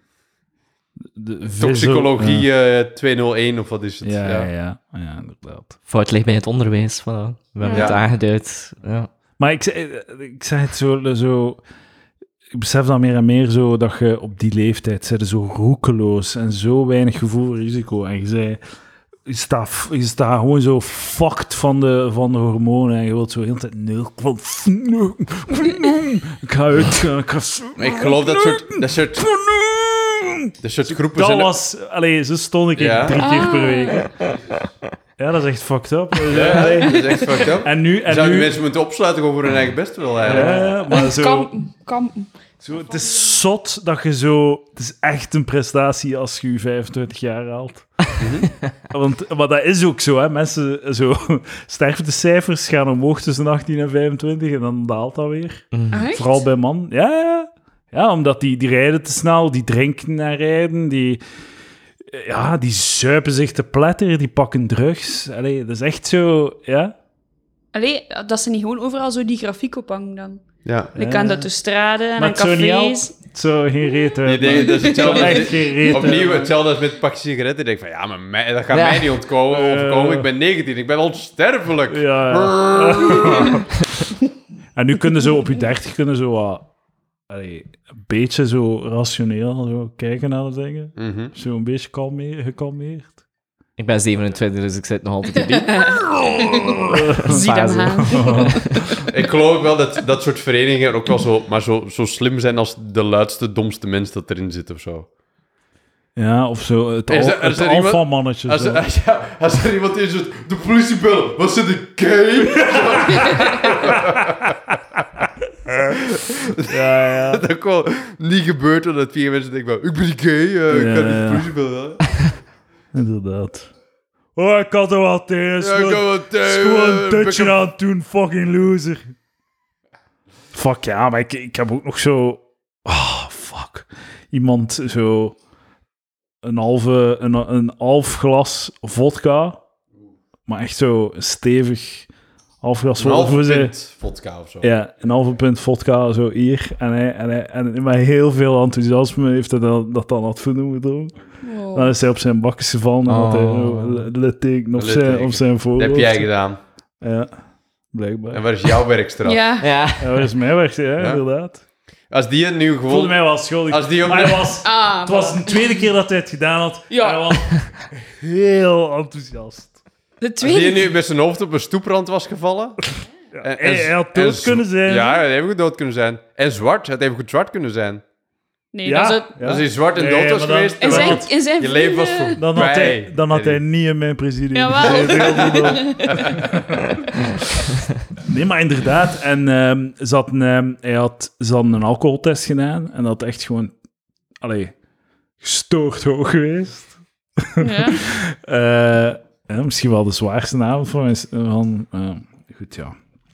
S2: toxicologie eh, tweehonderdéén of wat is het?
S1: Ja, ja, ja, ja, inderdaad.
S4: Fout ligt bij het onderwijs. Voilà. We hebben
S2: Ja.
S4: het aangeduid. Ja.
S1: Maar ik, zeg- ik zeg het zo, zo... Ik besef dan meer en meer zo dat je op die leeftijd zit zo roekeloos en zo weinig gevoel voor risico. En je zei... Je staat, je staat gewoon zo fucked van de, van de hormonen en je wilt zo de hele tijd nul. Ik ga uit. Ik, ga...
S2: Maar ik geloof dat soort, dat soort, dat soort groepen
S1: Dat
S2: zijn...
S1: was... Allee, zo stond ik
S2: Ja.
S1: drie keer per week. Ja, dat is echt fucked up.
S2: Ja,
S1: Allee.
S2: dat is echt fucked up.
S1: En nu... En
S2: Zou je
S1: nu
S2: mensen moeten opsluiten gewoon voor hun eigen best wel eigenlijk?
S1: ja, maar zo,
S3: Kampen, kampen.
S1: zo... Het is zot dat je zo... Het is echt een prestatie als je je vijfentwintig jaar haalt. Want, maar dat is ook zo, hè. Mensen... Zo, sterftecijfers gaan omhoog tussen achttien en vijfentwintig en dan daalt dat weer.
S3: Echt?
S1: Vooral bij man. Ja, ja. Ja, omdat die, die rijden te snel, die drinken en rijden, die... Ja, die zuipen zich te pletter, die pakken drugs. Allee, dat is echt zo... Ja...
S3: Allee, dat ze niet gewoon overal zo die grafiek ophangen dan.
S2: Ja.
S3: Ik kan dat dus straden en
S1: Maar
S3: in
S1: het zou niet
S3: cafés.
S1: helpen. Het zou geen reet
S2: Die
S1: hebben.
S2: denken, dat is hetzelfde
S1: Het zou
S2: als-
S1: echt geen reet
S2: Opnieuw
S1: hebben.
S2: hetzelfde als met een pakje sigaretten. Ik denk van, ja, maar mij, dat gaat
S4: Ja.
S2: mij niet ontkomen.
S1: Eh.
S2: overkomen. Ik ben negentien, ik ben onsterfelijk.
S1: Ja, ja. En nu kunnen zo op je dertig kunnen zo wat... Allee, een beetje zo rationeel zo kijken naar de dingen.
S2: Mhm.
S1: Zo een beetje kalme- gekalmeerd.
S4: Ik ben zevenentwintig, dus ik zit nog altijd in die
S3: Zie hem
S4: fase.
S3: aan.
S2: Ik geloof ook wel dat dat soort verenigingen ook wel zo, maar zo, zo slim zijn als de luidste, domste mens dat erin zit of zo.
S1: Ja, of zo het,
S2: Is
S1: al,
S2: er- is
S1: het
S2: er iemand-
S1: alfamannetje.
S2: Als,
S1: zo.
S2: er- als, ja, als er iemand in zit, de politie bellen, wat zit ik gay?
S1: Ja, ja.
S2: Dat gewoon niet gebeurt, omdat vier mensen denken van, ik ben niet gay, eh, ik
S1: Ja,
S2: ga niet
S1: ja.
S2: de politie bellen.
S1: Inderdaad. Oh, ik had er wel tegen.
S2: Ja, ik
S1: Gewoon-
S2: kan wel
S1: is
S2: tegen,
S1: gewoon
S2: eh,
S1: een dutje
S2: ben ik-
S1: aan het doen, fucking loser. Fuck ja, maar ik, ik heb ook nog zo... Ah, fuck. Iemand zo... Een halve... Een, een half glas vodka. Maar echt zo stevig... Half glas
S2: Een halve
S1: vodka. Hoe zei-
S2: pint vodka of zo.
S1: Ja, een halve punt vodka zo hier. En, hij, en, hij, en met heel veel enthousiasme heeft hij dat, dat dan had voelen gedronken.
S3: Oh.
S1: Dan is hij op zijn bakjes gevallen en had hij
S4: Oh.
S1: zo litteken op
S2: Een
S1: zijn,
S2: litteken.
S1: op zijn
S2: Dat
S1: voorhoofd.
S2: heb jij gedaan.
S1: Ja, blijkbaar.
S2: En waar is jouw werkstraf?
S3: Ja.
S4: Ja.
S1: Ja, dat is mijn weg, ja,
S2: Ja?
S1: inderdaad.
S2: Als die het nu
S1: Ik voelde
S2: gewoon...
S1: mij wel schuldig.
S2: Als die op
S1: maar
S2: de-
S1: hij was,
S3: Ah,
S1: het was de tweede keer dat hij het gedaan had.
S3: Ja.
S1: Hij was heel enthousiast.
S3: de
S2: Als die
S3: tweede.
S2: nu met zijn hoofd op een stoeprand was gevallen... En-
S1: hij, hij had
S2: en
S1: dood
S2: z-
S1: kunnen zijn.
S2: Ja, hij had even goed dood kunnen zijn. En zwart, het had even goed zwart kunnen zijn.
S3: Nee,
S1: ja,
S3: dat is het.
S1: ja.
S2: Als hij zwart en
S1: Nee,
S2: dood was
S1: maar dan-
S2: geweest...
S3: In
S2: dan
S3: zijn,
S2: had
S3: in zijn
S2: je leven was
S3: vrienden-
S2: voor...
S1: Dan had, hij,
S2: Bij.
S1: dan had hij
S2: Nee,
S1: niet in mijn presidium
S3: Jawel.
S1: gezeten. Heel goed. Nee, maar inderdaad. En ehm, ze hadden, ehm, hij had, ze hadden een alcoholtest gedaan. En dat echt gewoon... Allee, gestoord hoog geweest.
S3: Ja.
S1: Eh, ja, misschien wel de zwaarste avond van... mijn- van eh, goed, ja.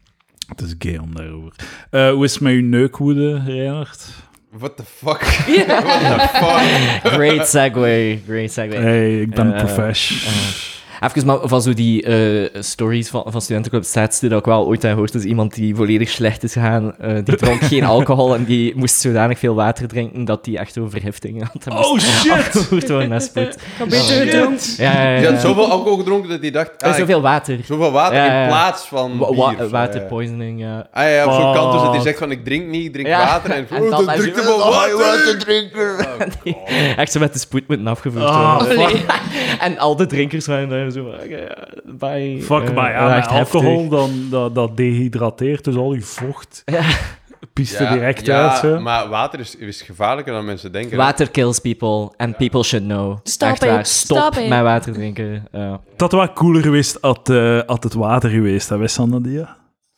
S1: Het is gay om daarover. Uh, hoe is het met uw neukwoede, Reinhard?
S2: What the fuck? What the fuck?
S4: Great segue, great segue.
S1: Hey, ik ben
S4: Uh,
S1: een profesh.
S4: uh, Even maar van zo die uh, stories van, van studentenclub stats die ik wel ooit heb gehoord. Dus iemand die volledig slecht is gegaan, uh, die dronk geen alcohol en die moest zodanig veel water drinken dat hij echt over vergiftiging had. Hij
S1: Oh,
S4: moest
S1: shit!
S4: afgevoerd worden naar spoed.
S3: Ik heb beter gedronken.
S4: Ja, ja, ja.
S2: Je had zoveel alcohol gedronken dat hij dacht...
S4: Er is
S2: Ah,
S4: zoveel water.
S2: ik- zoveel water
S4: Ja, ja, ja.
S2: in plaats van
S4: Wa-
S2: bier.
S4: wa-
S2: of zo,
S4: waterpoisoning, ja.
S2: Ah ja, op zo'n kant dus dat hij
S1: Fuck.
S2: zegt van ik drink niet, ik drink
S4: Ja.
S2: water. En,
S4: En
S2: oh,
S4: dan
S2: dan
S4: is
S2: drinkt
S4: hij-
S2: hij wel
S4: Oh,
S2: water.
S4: drinken. Echt zo met de spoed moeten afgevoerd
S1: Ah,
S4: worden.
S3: fuck.
S4: En al de drinkers waren daar zo van, oké, ja, bye.
S1: Fuck,
S4: Eh,
S1: maar ja,
S4: echt
S1: met alcohol,
S4: heftig.
S1: dan, dat, dat dehydrateert, dus al je vocht piest er direct
S2: ja,
S1: uit. Zo.
S2: maar water is, is gevaarlijker dan mensen denken.
S4: Water kills people, and people should know.
S3: Stop
S4: Echt
S3: it,
S4: waar. Stop,
S3: stop it.
S4: met water drinken. Ja.
S1: Het had wel cooler geweest had, uh, had het water geweest, hè, wist Sandadia?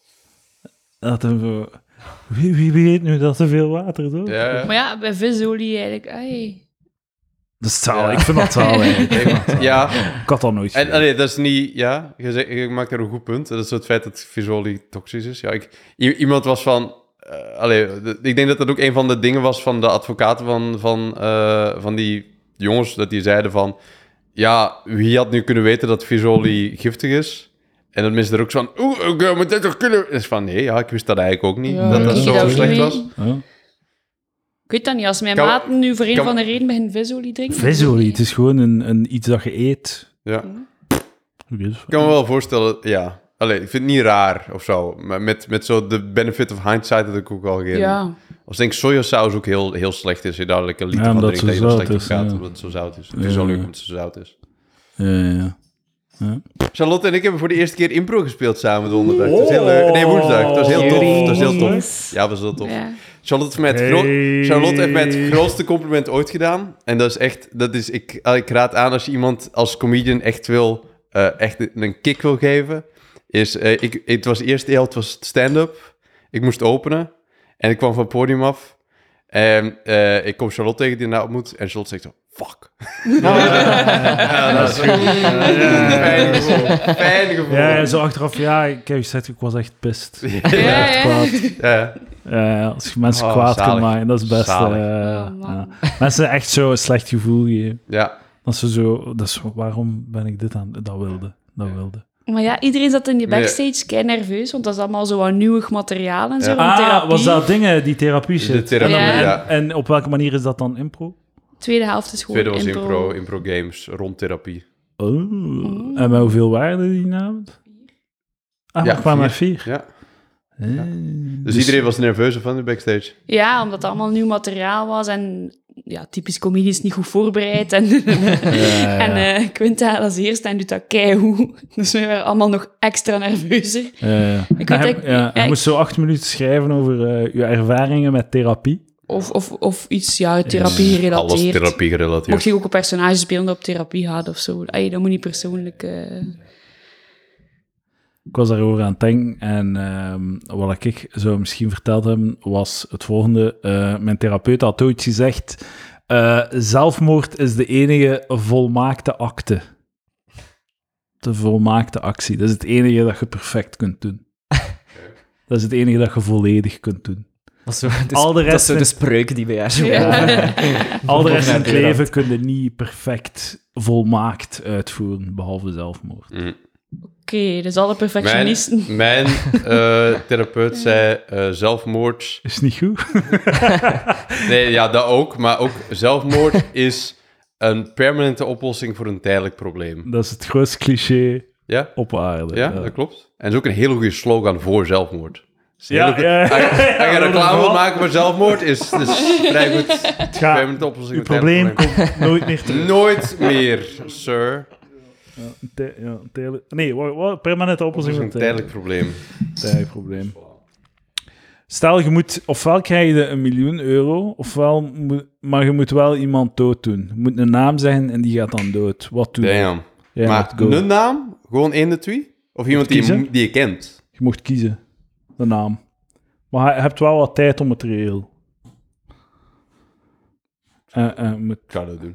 S1: Dat hem zo... Wie, wie weet nu dat er veel water doet?
S2: Ja, ja.
S3: Maar ja, bij visolie eigenlijk... Ai.
S1: Dat is zaal,
S2: Ja.
S1: ik vind dat zaal eigenlijk.
S2: Ja,
S1: Ik had dat nooit
S2: en
S1: gedaan.
S2: allee, dat is niet... Ja, je, zegt, je maakt er een goed punt. Dat is het feit dat Visoli toxisch is. Ja, ik, i- iemand was van... Uh, allee, de- ik denk dat dat ook een van de dingen was van de advocaten van, van, uh, van die jongens, dat die zeiden van... Ja, wie had nu kunnen weten dat Visoli giftig is? En dat mensen er ook zo van... Oeh, ik uh, moet dit toch kunnen... En is van, nee, ja, ik wist dat eigenlijk ook niet.
S3: Ja,
S2: dat dat
S3: ik
S2: zo
S3: dat ook
S2: slecht
S3: niet.
S2: was.
S1: Ja.
S3: Ik weet dat niet. Als mijn
S2: Kan-
S3: maten nu voor een
S2: kan-
S3: van de reden beginnen visolie drinken...
S1: Visolie, het is gewoon een, een, iets dat je eet.
S2: Ja.
S1: Oké,
S2: Ik kan me wel voorstellen, ja. Allee, ik vind het niet raar of zo. Maar met, met zo de benefit of hindsight dat ik ook al geen...
S3: Ja.
S2: Als ik denk sojasaus ook heel, heel slecht is. Als je daar lekker een liter
S1: Ja,
S2: van
S1: omdat
S2: drinkt,
S1: het
S2: dat je
S1: zo
S2: er slecht op
S1: zout is,
S2: gaat.
S1: ja.
S2: Omdat het zo zout is.
S1: Ja,
S2: Het is ook
S1: ja.
S2: omdat het zo zout is.
S1: Ja, ja.
S2: Charlotte en ik hebben voor de eerste keer impro gespeeld samen donderdag. Het was heel leuk. Nee, woensdag. Het was heel tof. Het was heel tof. Ja, het was heel tof.
S3: Ja.
S2: Charlotte heeft, mij het gro-
S1: Hey.
S2: Charlotte heeft mij het grootste compliment ooit gedaan. En dat is echt... Dat is, ik, ik raad aan als je iemand als comedian echt wil... Uh, echt een kick wil geven. Is, uh, ik, het was de eerste helft was stand-up. Ik moest openen. En ik kwam van het podium af. En uh, ik kom Charlotte tegen die na ontmoet. En Charlotte zegt zo... Fuck. Ja, dat is goed. Fijn gevoel. Fijn gevoel.
S1: Ja, ja, zo achteraf, ja, ik heb je gezegd, ik was echt pist.
S3: Ja, ja.
S1: Kwaad.
S2: Ja.
S1: Ja, ja, als je mensen
S2: Oh,
S1: kwaad
S2: zalig.
S1: kan maken, dat is het beste.
S2: Zalig.
S1: eh,
S3: Oh, man.
S1: ja. Mensen echt zo een slecht gevoel geven.
S2: Ja.
S1: Dat ze zo, dat is, waarom ben ik dit aan? Dat wilde, dat wilde.
S3: Maar ja, iedereen zat in die
S2: Nee.
S3: backstage kei nerveus, want dat is allemaal zo wat nieuwig materiaal en zo.
S2: Ja.
S3: rond
S1: Ah,
S3: therapie.
S1: was dat dingen, die therapie shit?
S2: De therapie,
S3: Ja.
S1: En,
S2: ja.
S1: en op welke manier is dat dan impro?
S3: Tweede helft is gewoon
S2: Tweede was
S3: impro.
S2: impro, impro games, rond therapie.
S1: Oh. En met hoeveel waren die avond? Ah,
S2: Ja,
S1: ja, maar met vier.
S2: Ja.
S1: Eh,
S2: Dus, iedereen was nerveus van de backstage.
S3: Ja, omdat het allemaal nieuw materiaal was en ja, typisch comedies niet goed voorbereid. En,
S1: ja.
S3: en eh Quinta als eerste en doet dat keigoed. Dus we waren allemaal nog extra nerveuzer.
S1: Ja, ja.
S3: Ik
S1: En
S3: weet
S1: je-
S3: dat-
S1: ja, je
S3: ja, ik-
S1: moest zo acht minuten schrijven over eh, je ervaringen met therapie.
S3: Of, of, of iets, ja, therapie
S2: Alles
S3: gerelateerd.
S2: therapie gerelateerd.
S3: Mocht je ook een personage spelen dat op therapie gaat of zo. Ay, dat moet niet persoonlijk... eh,
S1: Ik was daarover aan het denken en ehm, wat ik zou misschien verteld hebben, was het volgende. Eh, mijn therapeut had ooit gezegd, eh, zelfmoord is de enige volmaakte acte. De volmaakte actie. Dat is het enige dat je perfect kunt doen. Dat is het enige dat je volledig kunt doen.
S4: Dat is zo, de,
S1: Al de
S4: dat is
S1: rest
S4: zo de
S1: in-
S4: spreuk die bij jou zo
S3: Ja.
S1: Al de rest in
S4: naar
S1: het
S4: deur
S1: leven
S4: uit.
S1: kun je niet perfect volmaakt uitvoeren, behalve zelfmoord.
S2: Mm.
S3: Oké, dus alle
S2: Mijn,
S3: perfectionisten.
S2: mijn eh, therapeut zei eh, zelfmoord...
S1: Is niet goed?
S2: Nee, ja, dat ook. Maar ook zelfmoord is een permanente oplossing voor een tijdelijk probleem.
S1: Dat is het grootste cliché
S2: Ja?
S1: op aarde.
S2: Ja, dat klopt. En het is ook een hele goede slogan voor zelfmoord. Dus een
S1: Ja,
S2: hele goeie-
S1: ja, ja.
S2: Als je- als je reclame
S1: Vooral-
S2: wilt maken voor zelfmoord, is het is vrij goed.
S1: Het gaat,
S2: Permanente oplossing
S1: uw
S2: voor een tijdelijk
S1: probleem komt nooit meer terug.
S2: Nooit meer, sir.
S1: Een tij- ja, een tijdelijk- nee, wat, wat, permanente
S2: Dat is
S1: oplossing
S2: een
S1: voor
S2: tijdelijk probleem.
S1: tijdelijk probleem. Stel, je moet, ofwel krijg je een miljoen euro, ofwel moet, maar je moet wel iemand dood doen. Je moet een naam zeggen en die gaat dan dood. Wat doe je?
S2: Damn.
S1: Jij
S2: Maar
S1: mocht go.
S2: een naam? Gewoon één de twee? Of iemand die je,
S1: kiezen?
S2: die je kent?
S1: Je mocht kiezen, de naam. Maar je hebt wel wat tijd om het te regelen. Eh, eh, moet,
S2: Ik ga dat doen.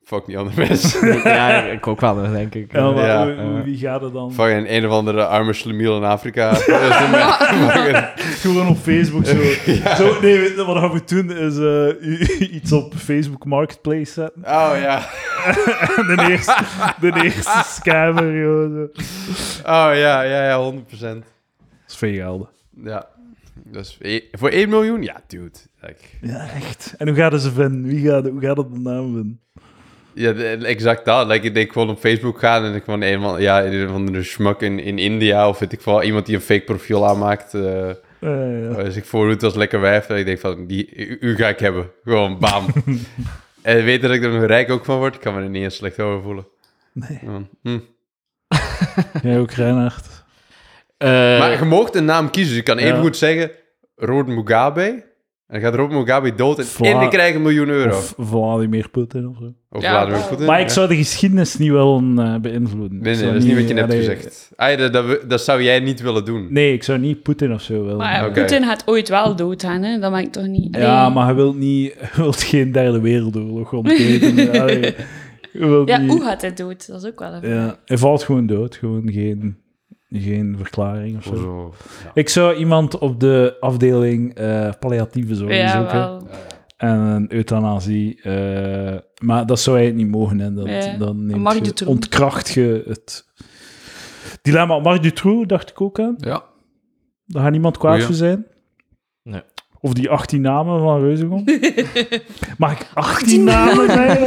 S2: Fuck die andere mensen.
S4: Ja, ik ook wel, denk ik.
S1: Ja, maar
S2: Ja.
S1: hoe- hoe- wie gaat er dan?
S2: Fuck een, een of andere arme slemiel in Afrika.
S1: Gewoon op Facebook zo. zo nee, weet je wat je moet doen is eh, u- iets op Facebook Marketplace zetten.
S2: Oh ja.
S1: En de eerste, de eerste scammer, joh. Zo.
S2: Oh ja, ja, ja, honderd procent.
S1: Dat is veel geld.
S2: Ja. Dus e- voor één miljoen? Ja, dude. Like,
S1: Ja, echt. En hoe gaan ze vinden? Wie gaat, hoe gaat het de naam vinden?
S2: ja, de- exact dat. Like, ik denk gewoon op Facebook gaan en ik gewoon een van, ja, een van de schmuck in, in India of weet ik wel, iemand die een fake profiel aanmaakt. eh
S1: Eh, ja.
S2: Als ik voordoet als lekker wijf, en ik denk van, die, u, u ga ik hebben. Gewoon, bam. En weet dat ik er nog rijk ook van word, ik kan me er niet eens slecht over voelen.
S1: Nee.
S2: Gewoon, hm.
S1: Jij ook, Reinhard?
S4: Eh,
S2: Maar je moogt een naam kiezen. Dus je kan
S1: Ja.
S2: even goed zeggen, Robert Mugabe. En dan gaat Robert Mugabe dood en,
S1: Vla-
S2: en ik krijg een miljoen euro. Of,
S1: Of Vladimir Poetin of zo.
S3: Ja,
S2: Vladimir
S3: wel.
S2: Poetin.
S1: Maar ik
S2: ja.
S1: zou de geschiedenis niet willen eh, beïnvloeden.
S2: Nee,
S1: Ik
S2: nee,
S1: zou
S2: dat is niet wat je net hebt
S1: allee,
S2: gezegd. Ah, dat, dat, dat zou jij niet willen doen.
S1: Nee, ik zou niet Poetin of zo willen.
S3: Maar
S2: Oké.
S3: Poetin gaat ooit wel doodgaan, hè? Dat maakt ik toch niet...
S1: Ja,
S3: Allee.
S1: maar je wilt niet, je wilt geen derde wereldoorlog ontketenen. Allee, je wilt
S3: Ja,
S1: niet-
S3: hoe gaat hij dood? Dat is ook wel een...
S1: Ja, hij valt gewoon dood. Gewoon geen, geen verklaring of zo.
S2: Zo.
S1: Ik zou iemand op de afdeling eh, palliatieve zorg
S3: Ja,
S1: zoeken.
S3: wel.
S1: En een euthanasie. eh, maar dat zou hij niet mogen. Hè. Dat,
S3: Ja.
S1: Dan neemt
S3: Marc
S1: je-
S3: Dutroux.
S1: ontkracht je het dilemma. Marc Dutroux dacht ik ook aan.
S2: Ja.
S1: Daar gaat niemand kwaad
S2: Goeie.
S1: voor zijn.
S4: Nee.
S1: Of die achttien namen van Reuzegom. Mag ik achttien namen zijn?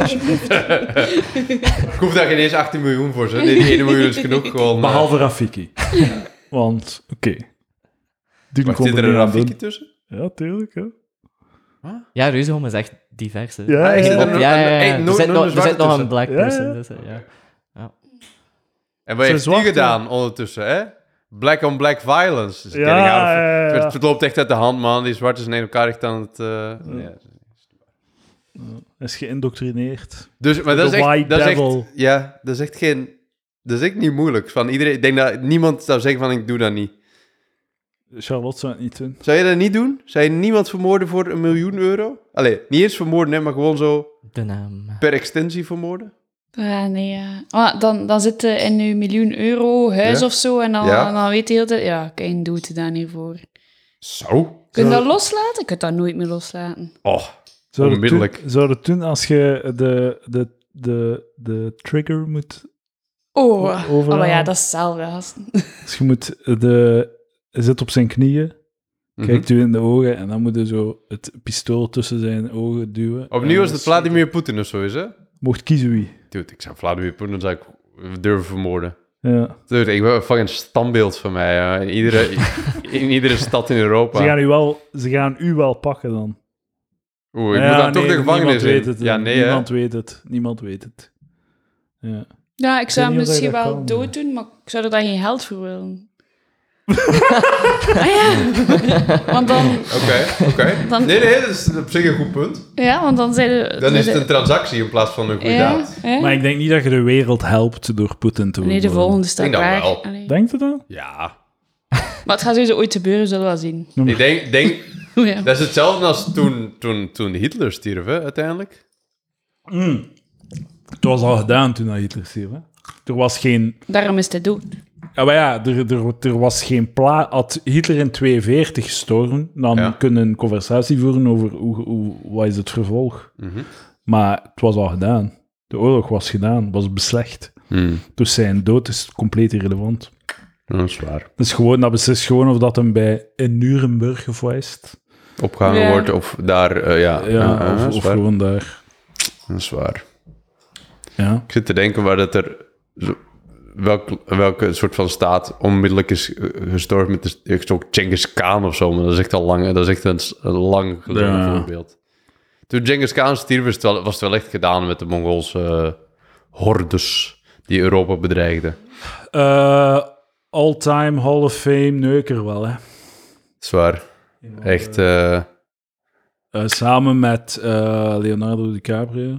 S2: Ik hoef daar geen eens achttien miljoen voor. Zo. Nee, die ene miljoen is genoeg. Gewoon, eh,
S1: Behalve Rafiki. Want, oké. Die
S2: Wacht,
S1: kon
S2: zit er
S1: niet
S2: een
S1: aan
S2: Rafiki
S1: doen.
S2: tussen?
S1: Ja, tuurlijk. Ja,
S4: Ja, Reuzegom is echt divers. hè.
S1: ja,
S2: Ah, is
S1: ja,
S2: het
S1: ja.
S2: een-
S4: Ja, ja, ja.
S2: Hey,
S4: Er
S2: no-
S4: zit
S2: no-
S4: nog-
S2: een
S4: er
S2: zwarte
S4: zit nog een
S2: tussen.
S4: black
S1: Ja,
S4: person.
S1: ja.
S4: Dus, ja.
S2: En wat heeft
S1: Zijn
S2: die
S1: zwarte-
S2: gedaan ondertussen, hè? Black on black violence. Dus
S1: Ja,
S2: getting out of-
S1: ja, ja, ja.
S2: Het, het loopt echt uit de hand, man. Die zwarte zijn in elkaar echt aan het... eh, ja.
S1: Is geïndoctrineerd.
S2: Dus, maar dat is
S1: The
S2: echt...
S1: white
S2: Dat is
S1: devil.
S2: echt ja, dat is echt geen... Dat is echt niet moeilijk. Van iedereen, ik denk dat niemand zou zeggen van, ik doe dat niet.
S1: Charlotte zou het niet doen.
S2: Zou je dat niet doen? Zou je niemand vermoorden voor een miljoen euro? Allee, niet eens vermoorden, hè, maar gewoon zo
S4: De naam.
S2: per extensie vermoorden?
S3: Ja, nee, ja. Ah, dan, dan zit je in je miljoen euro huis
S2: Ja.
S3: of zo en dan,
S2: Ja.
S3: dan weet je heel de tijd... Ja, kijk, doet je daar niet voor.
S2: Zo?
S3: Kun je
S1: Zou-
S3: dat loslaten? Ik kan dat nooit meer loslaten.
S2: Oh,
S1: Zou het
S2: onmiddellijk.
S1: doen- Zou het doen als je de, de, de, de trigger moet...
S3: Oh,
S1: O- overal.
S3: oh maar ja, dat is hetzelfde. gast.
S1: Als je moet de... Hij zit op zijn knieën,
S2: Mhm.
S1: kijkt u in de ogen en dan moet je zo het pistool tussen zijn ogen duwen.
S2: Opnieuw
S1: En
S2: als het
S1: dan
S2: Vladimir Poetin of zo is, hè?
S1: mocht kiezen wie.
S2: Dude, ik zou Vladimir Poetin zou ik durven vermoorden.
S1: Ja.
S2: Dude, ik ben een fucking standbeeld van mij. Ja. In, iedere, in iedere stad in Europa.
S1: Ze, gaan u wel, ze gaan u wel pakken dan.
S2: Oeh, ik
S1: Ja,
S2: moet dan toch
S1: nee,
S2: de gevangenis
S1: niemand weet
S2: in.
S1: het.
S2: Ja, nee, hè?
S1: Niemand weet het. Niemand weet het. Ja.
S3: Ja, ik zou
S1: weet
S3: hem
S1: niet of
S3: misschien
S1: dat
S3: wel
S1: kan.
S3: dood doen, maar ik zou er daar geen geld voor willen. ah ja, want dan...
S2: Oké, oké.
S3: Dan-
S2: Nee, nee, dat is op zich een goed punt.
S3: Ja, want dan zijn de...
S2: Dan is het een transactie in plaats van een goede
S3: ja,
S2: daad.
S3: ja.
S1: Maar ik denk niet dat je de wereld helpt door Poetin te
S3: Nee, de
S1: vermoorden.
S3: volgende staat
S2: Ik denk dat
S3: klaar.
S2: wel.
S3: Allee.
S1: Denkt je dat?
S2: Ja.
S3: Maar het gaat sowieso ooit gebeuren, zullen we wel zien.
S2: Ik denk, denk
S3: Ja.
S2: dat is hetzelfde als toen, toen, toen Hitler stierf, hè, uiteindelijk.
S1: Het was al gedaan toen dat Hitler stierf. Hè? Er was geen...
S3: Daarom is het dood.
S1: Ja, maar ja, er, er, er was geen plaats. Had Hitler in tweeënveertig gestorven, dan
S2: Ja.
S1: kunnen we een conversatie voeren over hoe, hoe, wat is het vervolg.
S2: Mhm.
S1: Maar het was al gedaan. De oorlog was gedaan, was beslecht.
S2: Hmm.
S1: Dus zijn dood is compleet irrelevant.
S2: Dat is waar.
S1: Dus gewoon, dat beslist gewoon of dat hem bij in Nuremberg of wat is het?
S2: Opgehangen
S3: Ja.
S2: wordt of daar, eh, ja.
S1: Ja,
S2: Ja,
S1: of,
S2: dat is
S1: of
S2: waar.
S1: gewoon daar.
S2: Dat is waar.
S1: Ja.
S2: Ik zit te denken waar dat er... Zo, welk, welke soort van staat onmiddellijk is eh, gestorven met de... Ik ook Genghis Khan of zo, maar dat is echt al lang... Dat is echt een, s- een lang geleden
S1: Ja.
S2: voorbeeld. Toen Genghis Khan stierf, was het wel, was het wel echt gedaan met de Mongoolse eh, hordes die Europa bedreigden.
S1: Eh, all-time Hall of Fame neuker wel, hè.
S2: Zwaar. Echt... eh,
S1: Eh, samen met eh, Leonardo DiCaprio.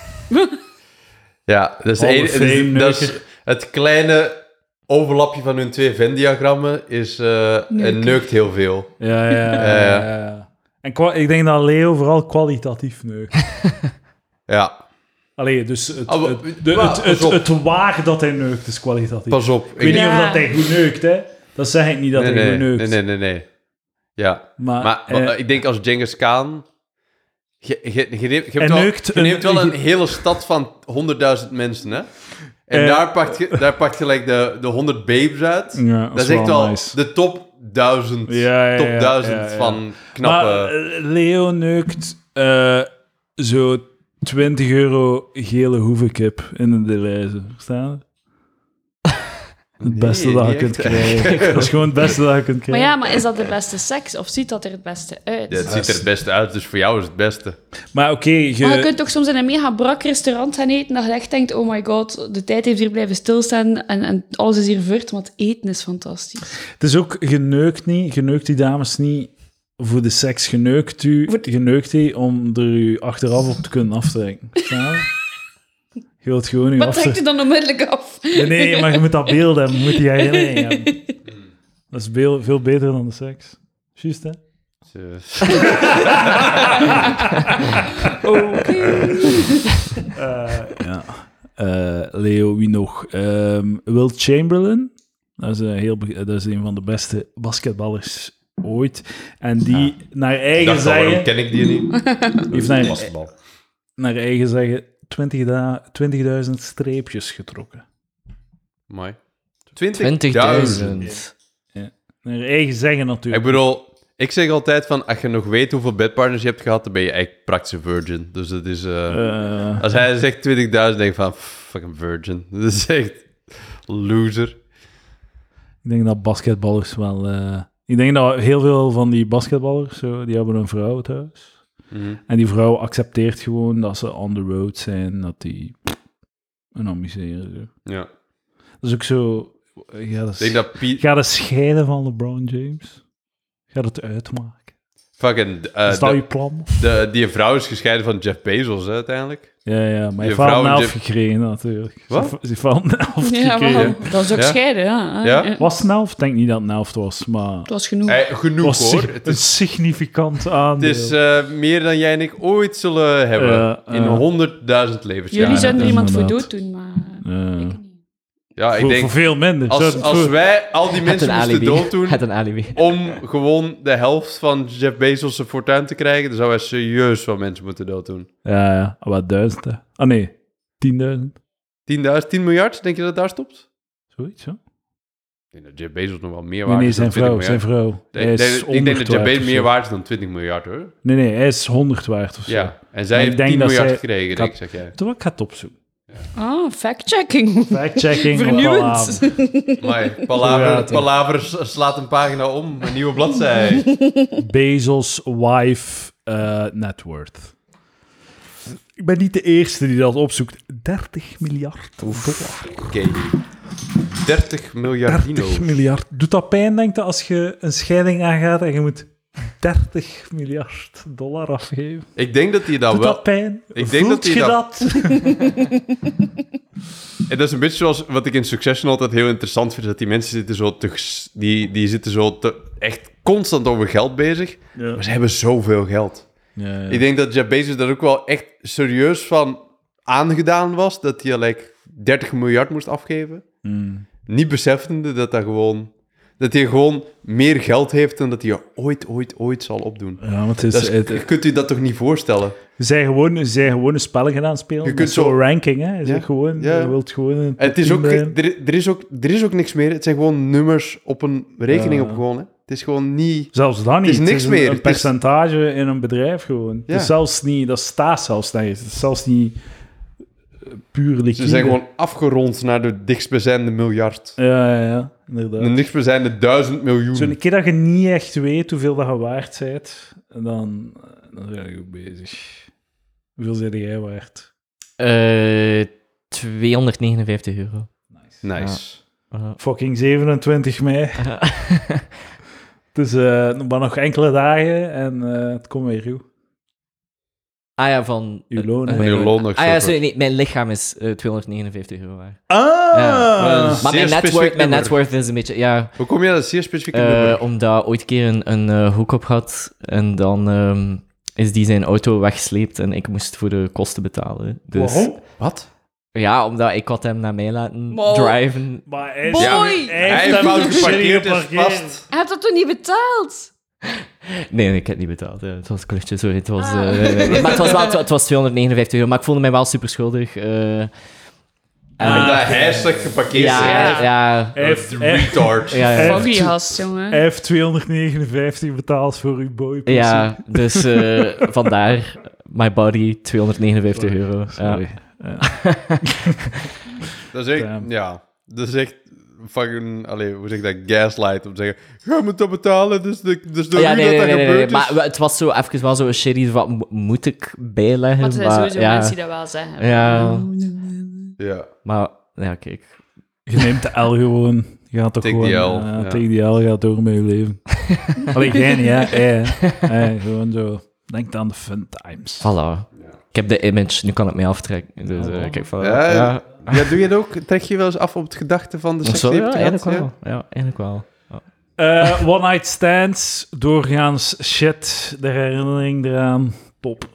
S2: ja, dat is, de
S1: Hall
S2: ene-
S1: of
S2: dat is-
S1: Fame
S2: dat is
S1: neuker.
S2: het kleine overlapje van hun twee Venn-diagrammen is... eh
S3: Neuken.
S2: en neukt heel veel.
S1: Ja, ja, ja.
S2: Ja,
S1: ja. En kwa- ik denk dat Leo vooral kwalitatief neukt.
S2: Ja.
S1: Allee, dus het,
S2: Oh,
S1: het, de,
S2: maar,
S1: het, het,
S2: pas op.
S1: het waar dat hij neukt is kwalitatief.
S2: Pas op.
S1: Ik weet niet
S3: Ja.
S1: of dat hij goed neukt, hè. Dat zeg ik niet, dat
S2: nee,
S1: hij
S2: nee,
S1: goed neukt.
S2: nee, nee, nee, nee. Ja,
S1: Maar,
S2: maar
S1: eh,
S2: wa- ik denk als Genghis Khan... Je, je, je, neemt, je, hebt
S1: Hij
S2: wel,
S1: neukt
S2: je neemt
S1: een-
S2: wel een
S1: je-
S2: hele stad van honderdduizend mensen, hè? En
S1: Eh,
S2: daar pakt je, daar pakt je like de, de honderd babes uit.
S1: ja,
S2: Dat is echt wel
S1: nice.
S2: de top duizend,
S1: Ja, ja,
S2: top
S1: ja,
S2: duizend
S1: ja, ja.
S2: van knappe...
S1: Maar eh, Leo neukt eh, zo twintig euro gele hoevenkip in de Deleuze. Verstaan je? Het
S2: Nee,
S1: beste dat je
S2: niet
S1: kunt
S2: echt.
S1: krijgen. Dat is gewoon het beste dat je kunt
S3: Maar
S1: krijgen.
S3: ja, maar is dat de beste seks? Of ziet dat er het beste uit?
S2: Ja, het ziet er het beste uit, dus voor jou is het beste.
S1: Maar oké, je...
S3: Maar je kunt toch soms in een mega brak restaurant gaan eten dat je echt denkt, oh my god, de tijd heeft hier blijven stilstaan en, en alles is hier vert, want eten is fantastisch.
S1: Het is ook, geneukt niet, geneukt die dames niet voor de seks, geneukt u,
S3: Voor-
S1: geneukt die om er u achteraf op te kunnen aftrekken. Verstaan je? Je wilt gewoon u
S3: Wat trekt
S1: aftrekken.
S3: je dan onmiddellijk af?
S1: Nee, nee, maar je moet dat beeld hebben, je moet die herinnering hebben. Dat is veel, veel beter dan de seks. Juist, hè?
S2: Dus,
S3: Oké.
S1: Eh, ja. Eh, Leo, wie nog? Ehm, Wilt Chamberlain. Dat is, een heel, be- dat is een van de beste basketballers ooit. En die, naar
S2: ik
S1: eigen
S2: dacht al, waarom
S1: zeggen,
S2: ken ik die niet?
S1: heeft naar,
S2: Basketbal.
S1: naar eigen zeggen twintigduizend streepjes getrokken.
S2: Mooi.
S4: twintigduizend.
S1: Naar eigen zeggen
S2: Ik
S1: natuurlijk.
S2: bedoel, ik zeg altijd van, als je nog weet hoeveel bedpartners je hebt gehad, dan ben je eigenlijk praktisch een virgin. Dus dat is... eh,
S1: Eh,
S2: Als hij zegt twintigduizend, denk ik van, pff, fucking virgin. Dat is echt loser.
S1: ik denk dat basketballers wel... eh, ik denk dat heel veel van die basketballers, zo, die hebben een vrouw thuis.
S2: Mhm.
S1: En die vrouw accepteert gewoon dat ze on the road zijn, dat die een amuseren. Zo.
S2: Ja.
S1: Dat is ook zo... Ga
S2: Ik denk
S1: de,
S2: dat Piet...
S1: ga de scheiden van LeBron James. Ga het uitmaken.
S2: Fucking... eh,
S1: Is dat
S2: de-
S1: je plan?
S2: de, die vrouw is gescheiden van Jeff Bezos, hè, uiteindelijk.
S1: Ja, ja, maar
S2: Die
S1: je heeft
S2: vrouw
S1: wel een elf
S2: Jeff-
S1: gekregen, natuurlijk.
S2: Wat?
S1: Ze heeft wel een elf
S3: Ja,
S1: gekregen.
S3: maar dat is ook
S2: Ja?
S3: scheiden, ja.
S2: Ja?
S1: Was het een elf? Ik denk niet dat het een elf was, maar...
S3: Het was genoeg.
S2: Hey,
S1: Het
S2: genoeg,
S1: was
S2: hoor.
S1: sig-
S2: Het
S1: een
S2: is,
S1: significant aandeel.
S2: het is eh, meer dan jij en ik ooit zullen hebben.
S1: Ja,
S2: in
S1: eh.
S2: honderdduizend levensjaren.
S3: Jullie zouden er
S1: dat is
S3: iemand voor
S1: inderdaad.
S3: dood doen, maar...
S1: Ja.
S3: ik niet.
S2: Ja, ik
S1: voor,
S2: denk...
S1: voor veel minder.
S2: Als,
S1: Zou-
S2: als
S1: voor-
S2: wij al die
S4: Het
S2: mensen
S4: een
S2: moesten
S4: alibi.
S2: dooddoen
S4: Het een alibi.
S2: om gewoon de helft van Jeff Bezos' fortuin te krijgen, dan zou hij serieus wel mensen moeten dooddoen.
S1: Ja, ja. Wat duizend, hè. Ah, nee. tienduizend.
S2: tienduizend, tien miljard, denk je dat daar stopt?
S1: Zoiets, hè?
S2: Ik denk dat Jeff Bezos nog wel meer
S1: Nee,
S2: waard
S1: nee,
S2: is dan
S1: zijn vrouw.
S2: twintig
S1: Zijn
S2: miljard.
S1: vrouw. Hij
S2: Ik
S1: is
S2: denk, ik denk dat
S1: honderd
S2: Jeff
S1: waard
S2: Bezos
S1: of
S2: meer
S1: zo.
S2: waard is dan twintig miljard, hoor.
S1: Nee, nee, hij is honderd waard of zo.
S2: Ja, en zij
S1: Maar ik
S2: heeft
S1: denk
S2: tien
S1: dat
S2: miljard
S1: zij-
S2: gekregen,
S1: Ik
S2: denk
S1: had-
S2: ik, zeg jij.
S1: Toen ik ga het opzoeken.
S3: Ah, fact-checking.
S1: Fact-checking op
S3: Vernieuwend.
S1: Palaver.
S2: Maar
S1: Ja,
S2: Palaver,
S1: toch.
S2: Palaver s- slaat een pagina om, een nieuwe bladzij.
S1: Bezos' wife uh, net worth. Ik ben niet de eerste die dat opzoekt. dertig miljard dollar.
S2: Oké. dertig miljardino.
S1: dertig miljard. Doet dat pijn, denk je, als je een scheiding aangaat en je moet dertig miljard dollar afgeven?
S2: Ik denk dat hij dat
S1: Doet
S2: wel...
S1: dat pijn?
S2: Ik denk
S1: Voelt
S2: dat hij
S1: je
S2: dat- En dat is een beetje zoals wat ik in Succession altijd heel interessant vind, dat die mensen zitten zo te... ges- Die, die zitten zo te, echt constant over geld bezig,
S1: Ja.
S2: maar ze hebben zoveel geld.
S1: Ja, ja.
S2: Ik denk dat Jeff Bezos daar ook wel echt serieus van aangedaan was, dat hij like, dertig miljard moest afgeven.
S1: Mm.
S2: Niet beseffende dat dat gewoon... Dat hij gewoon meer geld heeft dan dat hij ooit, ooit, ooit zal opdoen.
S1: Ja, maar het is...
S2: Dat is,
S1: het,
S2: je kunt u dat toch niet voorstellen?
S1: Ze zijn gewoon, ze zijn gewoon een spel gaan spelen.
S2: Je
S1: Je
S2: kunt
S1: kunt zo'n
S2: zo-
S1: ranking, hè. Je, zegt
S2: Ja,
S1: gewoon,
S2: ja.
S1: je wilt gewoon... een
S2: En het is
S1: top
S2: ook,
S1: tien
S2: er,
S1: blijven.
S2: er, is ook, er is ook niks meer. Het zijn gewoon nummers op een rekening
S1: Ja.
S2: op gewoon. Hè. Het is gewoon niet...
S1: Zelfs dat niet.
S2: is niks
S1: een,
S2: meer.
S1: een
S2: Het is-
S1: percentage in een bedrijf gewoon.
S2: Ja.
S1: Het is zelfs niet... Dat staat zelfs niet. Het is zelfs niet eh, puur liquide.
S2: Ze zijn gewoon afgerond naar de dichtstbijzijnde miljard.
S1: Ja, ja, ja.
S2: De
S1: Inderdaad.
S2: dichtstbijzijnde duizend miljoen.
S1: Zo'n keer dat je niet echt weet hoeveel dat je waard bent, dan, dan ben je ook bezig. Hoeveel zijn jij waard?
S4: Eh tweehonderdnegenenvijftig euro.
S2: Nice.
S4: Uh,
S1: Fucking zevenentwintig mei. Het is eh, maar nog enkele dagen en eh, het komt weer goed.
S4: ah ja, van...
S1: Uw loon,
S4: eh,
S1: hè?
S4: mijn
S2: Uw loon nog
S4: Ah ja,
S2: zo
S4: sorry, nee, mijn lichaam is eh, tweehonderdnegenenvijftig euro waard.
S1: Ah!
S4: Ja.
S2: Maar
S4: Maar
S2: zeer
S4: mijn net,
S2: specifiek
S4: worth, mijn
S2: nummer.
S4: net worth is een beetje... Ja,
S2: Hoe kom je aan dat zeer specifieke
S4: eh,
S2: nummer?
S4: omdat ooit een keer een, een eh, hoek op had en dan... ehm, is die zijn auto weggesleept en ik moest voor de kosten betalen. Dus,
S1: Waarom?
S2: Wat?
S4: Ja, omdat ik had hem naar mij laten
S3: Mo.
S4: driven.
S1: Maar hij,
S3: Boy!
S1: ja,
S3: Hij
S2: Hij
S1: hem
S2: heeft fout
S1: toch
S2: geparkeerd, is
S1: geparkeerd?
S2: vast.
S3: Hij hebt dat toch niet betaald?
S4: Nee, nee, ik heb het niet betaald. Ja. Het was een kluchtje, sorry. Het was,
S3: Ah.
S4: eh, maar het was, wel, het was tweehonderdnegenenvijftig euro, maar ik voelde mij wel super schuldig. eh
S2: En
S1: Ah,
S2: dat hij slecht geparkeerd
S4: ja,
S2: is.
S4: ja, ja,
S1: Hij heeft, hij,
S2: Retard.
S4: ja, ja.
S3: Fuck die gast, jongen.
S1: hij heeft tweehonderdnegenenvijftig betaald voor uw boy.
S4: Ja, dus eh, vandaar my body, tweehonderdnegenenvijftig euro. Ja.
S1: Sorry. Ja.
S2: Dat is echt,
S1: Damn.
S2: ja, dat is echt fucking, allee, hoe zeg ik dat, gaslight, om te zeggen, je moet dat betalen, dus, de, dus door
S4: Ja,
S2: u
S4: nee,
S2: dat
S4: nee,
S2: dat
S4: nee, nee,
S2: gebeurd
S4: nee,
S2: is.
S4: maar het was zo even wel zo shitty, wat mo- moet ik bijleggen?
S3: Want er zijn
S4: maar,
S3: sowieso
S4: ja,
S3: mensen die dat wel zeggen.
S4: Ja.
S2: Ja,
S4: Maar, ja, kijk.
S1: Je neemt de L gewoon. Je gaat toch
S2: Take
S1: gewoon...
S2: the L,
S1: eh,
S2: ja.
S1: Take the L, gaat door met je leven. Alleen jij niet, hè. Hey, hey, gewoon zo. Denk aan de fun times.
S4: Voilà. Ik heb de image, nu kan ik mij aftrekken. Dus eh, kijk, voilà.
S2: Ja,
S4: ja.
S2: ja, doe je dat ook? Trek je wel eens af op het gedachte van de
S4: Zo,
S2: seks?
S4: ja, eigenlijk wel. Ja, eigenlijk wel. Ja.
S1: Eh, one night stands, doorgaans shit, de herinnering eraan, top.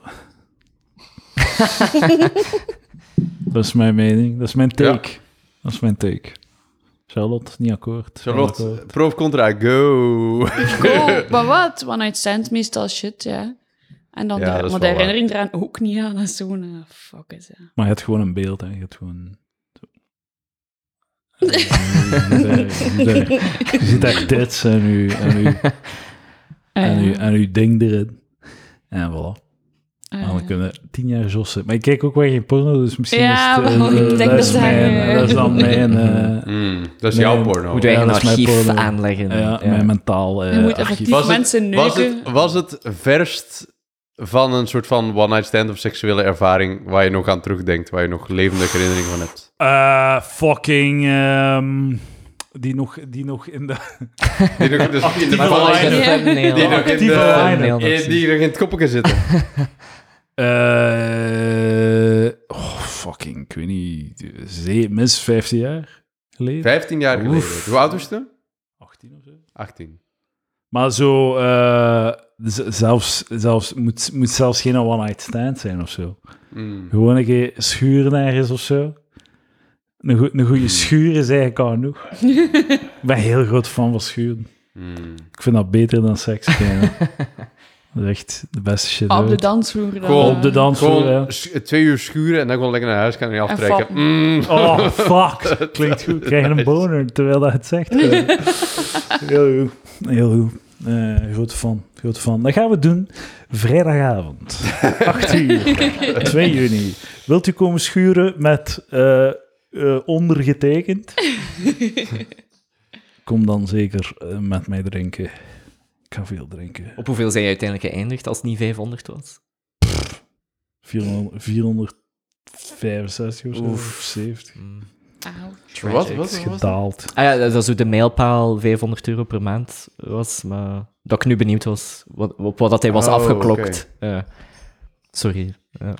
S1: Dat is mijn mening, dat is mijn take. Dat is mijn take. Charlotte, niet akkoord.
S2: Charlotte,
S1: Niet akkoord.
S2: pro of contra, go!
S3: Go, maar wat? One night stand, meestal shit, ja. En dan
S2: Ja,
S3: de,
S2: dat is
S3: maar de
S2: wel
S3: herinnering eraan ook niet aan. Dat is zo'n... uh, fuck is ja.
S1: Maar je hebt gewoon een beeld, hè. Je hebt gewoon... zo. Je ziet daar- je ziet daar- je ziet daar tits en uw, en uw, en uw, en uw ding erin. En voilà. Maar we kunnen tien jaar jossen. Maar ik kijk ook wel geen porno, dus misschien
S3: Ja,
S1: is het... eh,
S3: wel, ik
S1: eh,
S3: denk
S1: dat,
S3: dat
S1: is
S3: hij,
S1: mijn,
S3: eh,
S1: dat is dan mijn... eh,
S2: Mm, dat is
S1: Nee,
S2: jouw porno.
S4: Moeten wij
S1: Ja,
S4: een
S1: dat is mijn
S4: archief
S1: porno.
S4: aanleggen?
S1: ja, mijn mentaal eh,
S3: Je moet
S1: archief.
S3: effectief
S2: Was het-
S3: mensen
S2: Was
S3: neuken.
S2: het, was het verst van een soort van one-night stand of seksuele ervaring waar je nog aan terugdenkt, waar je nog levendige herinneringen van hebt?
S1: Eh, fucking... ehm, die, nog, die nog in de...
S2: Die nog, dus in de
S1: Maar
S2: val-
S1: wel
S2: die,
S1: een-
S4: thumbnail.
S2: die nog in
S1: actieve
S2: de,
S1: line-up.
S2: in- die nog in het koppeltje zitten.
S1: Eh, oh, fucking, ik weet niet... Ze- Mis vijftien jaar geleden?
S2: Vijftien jaar geleden.
S1: Oef.
S2: Hoe oud was je toen?
S1: achttien of zo?
S2: Achttien.
S1: Maar zo... eh, z- zelfs, zelfs, moet, moet zelfs geen one-night stand zijn of zo.
S2: Mm.
S1: Gewoon een keer schuren ergens of zo. Een, goe- een goede schuur is eigenlijk al genoeg. Ik ben heel groot fan van schuren.
S2: Mm.
S1: Ik vind dat beter dan seks. kennen. Dat is echt de beste shit
S3: Op de
S1: ooit.
S3: dansvloer dan.
S2: Gewoon
S3: eh.
S1: Op de dansvloer,
S2: Gewoon
S1: ja.
S2: s- twee uur schuren en dan gewoon lekker naar huis gaan en je
S3: En
S2: aftrekken.
S3: vatten.
S2: Mm.
S1: Oh, fuck. Klinkt goed. Ik krijg een boner terwijl dat het zegt. Heel goed. Heel goed. Eh, grote fan. Grote fan. Dat gaan we doen vrijdagavond. acht uur. twee juni. Wilt u komen schuren met eh, eh, ondergetekend? Kom dan zeker eh, met mij drinken. Ik ga veel drinken.
S4: Op hoeveel zijn je uiteindelijk geëindigd als het niet vijfhonderd was?
S1: vierhonderd, vierhonderdvijfenzestig of zo. Of zeventig.
S3: Auw.
S2: Wat?
S1: Het
S2: Wat?
S1: is
S2: Wat?
S1: gedaald.
S4: Ah ja, dat zo de mijlpaal vijfhonderd euro per maand was, maar dat ik nu benieuwd was wat, op wat dat hij was
S2: Oh,
S4: afgeklokt. Ja. Sorry. Ja.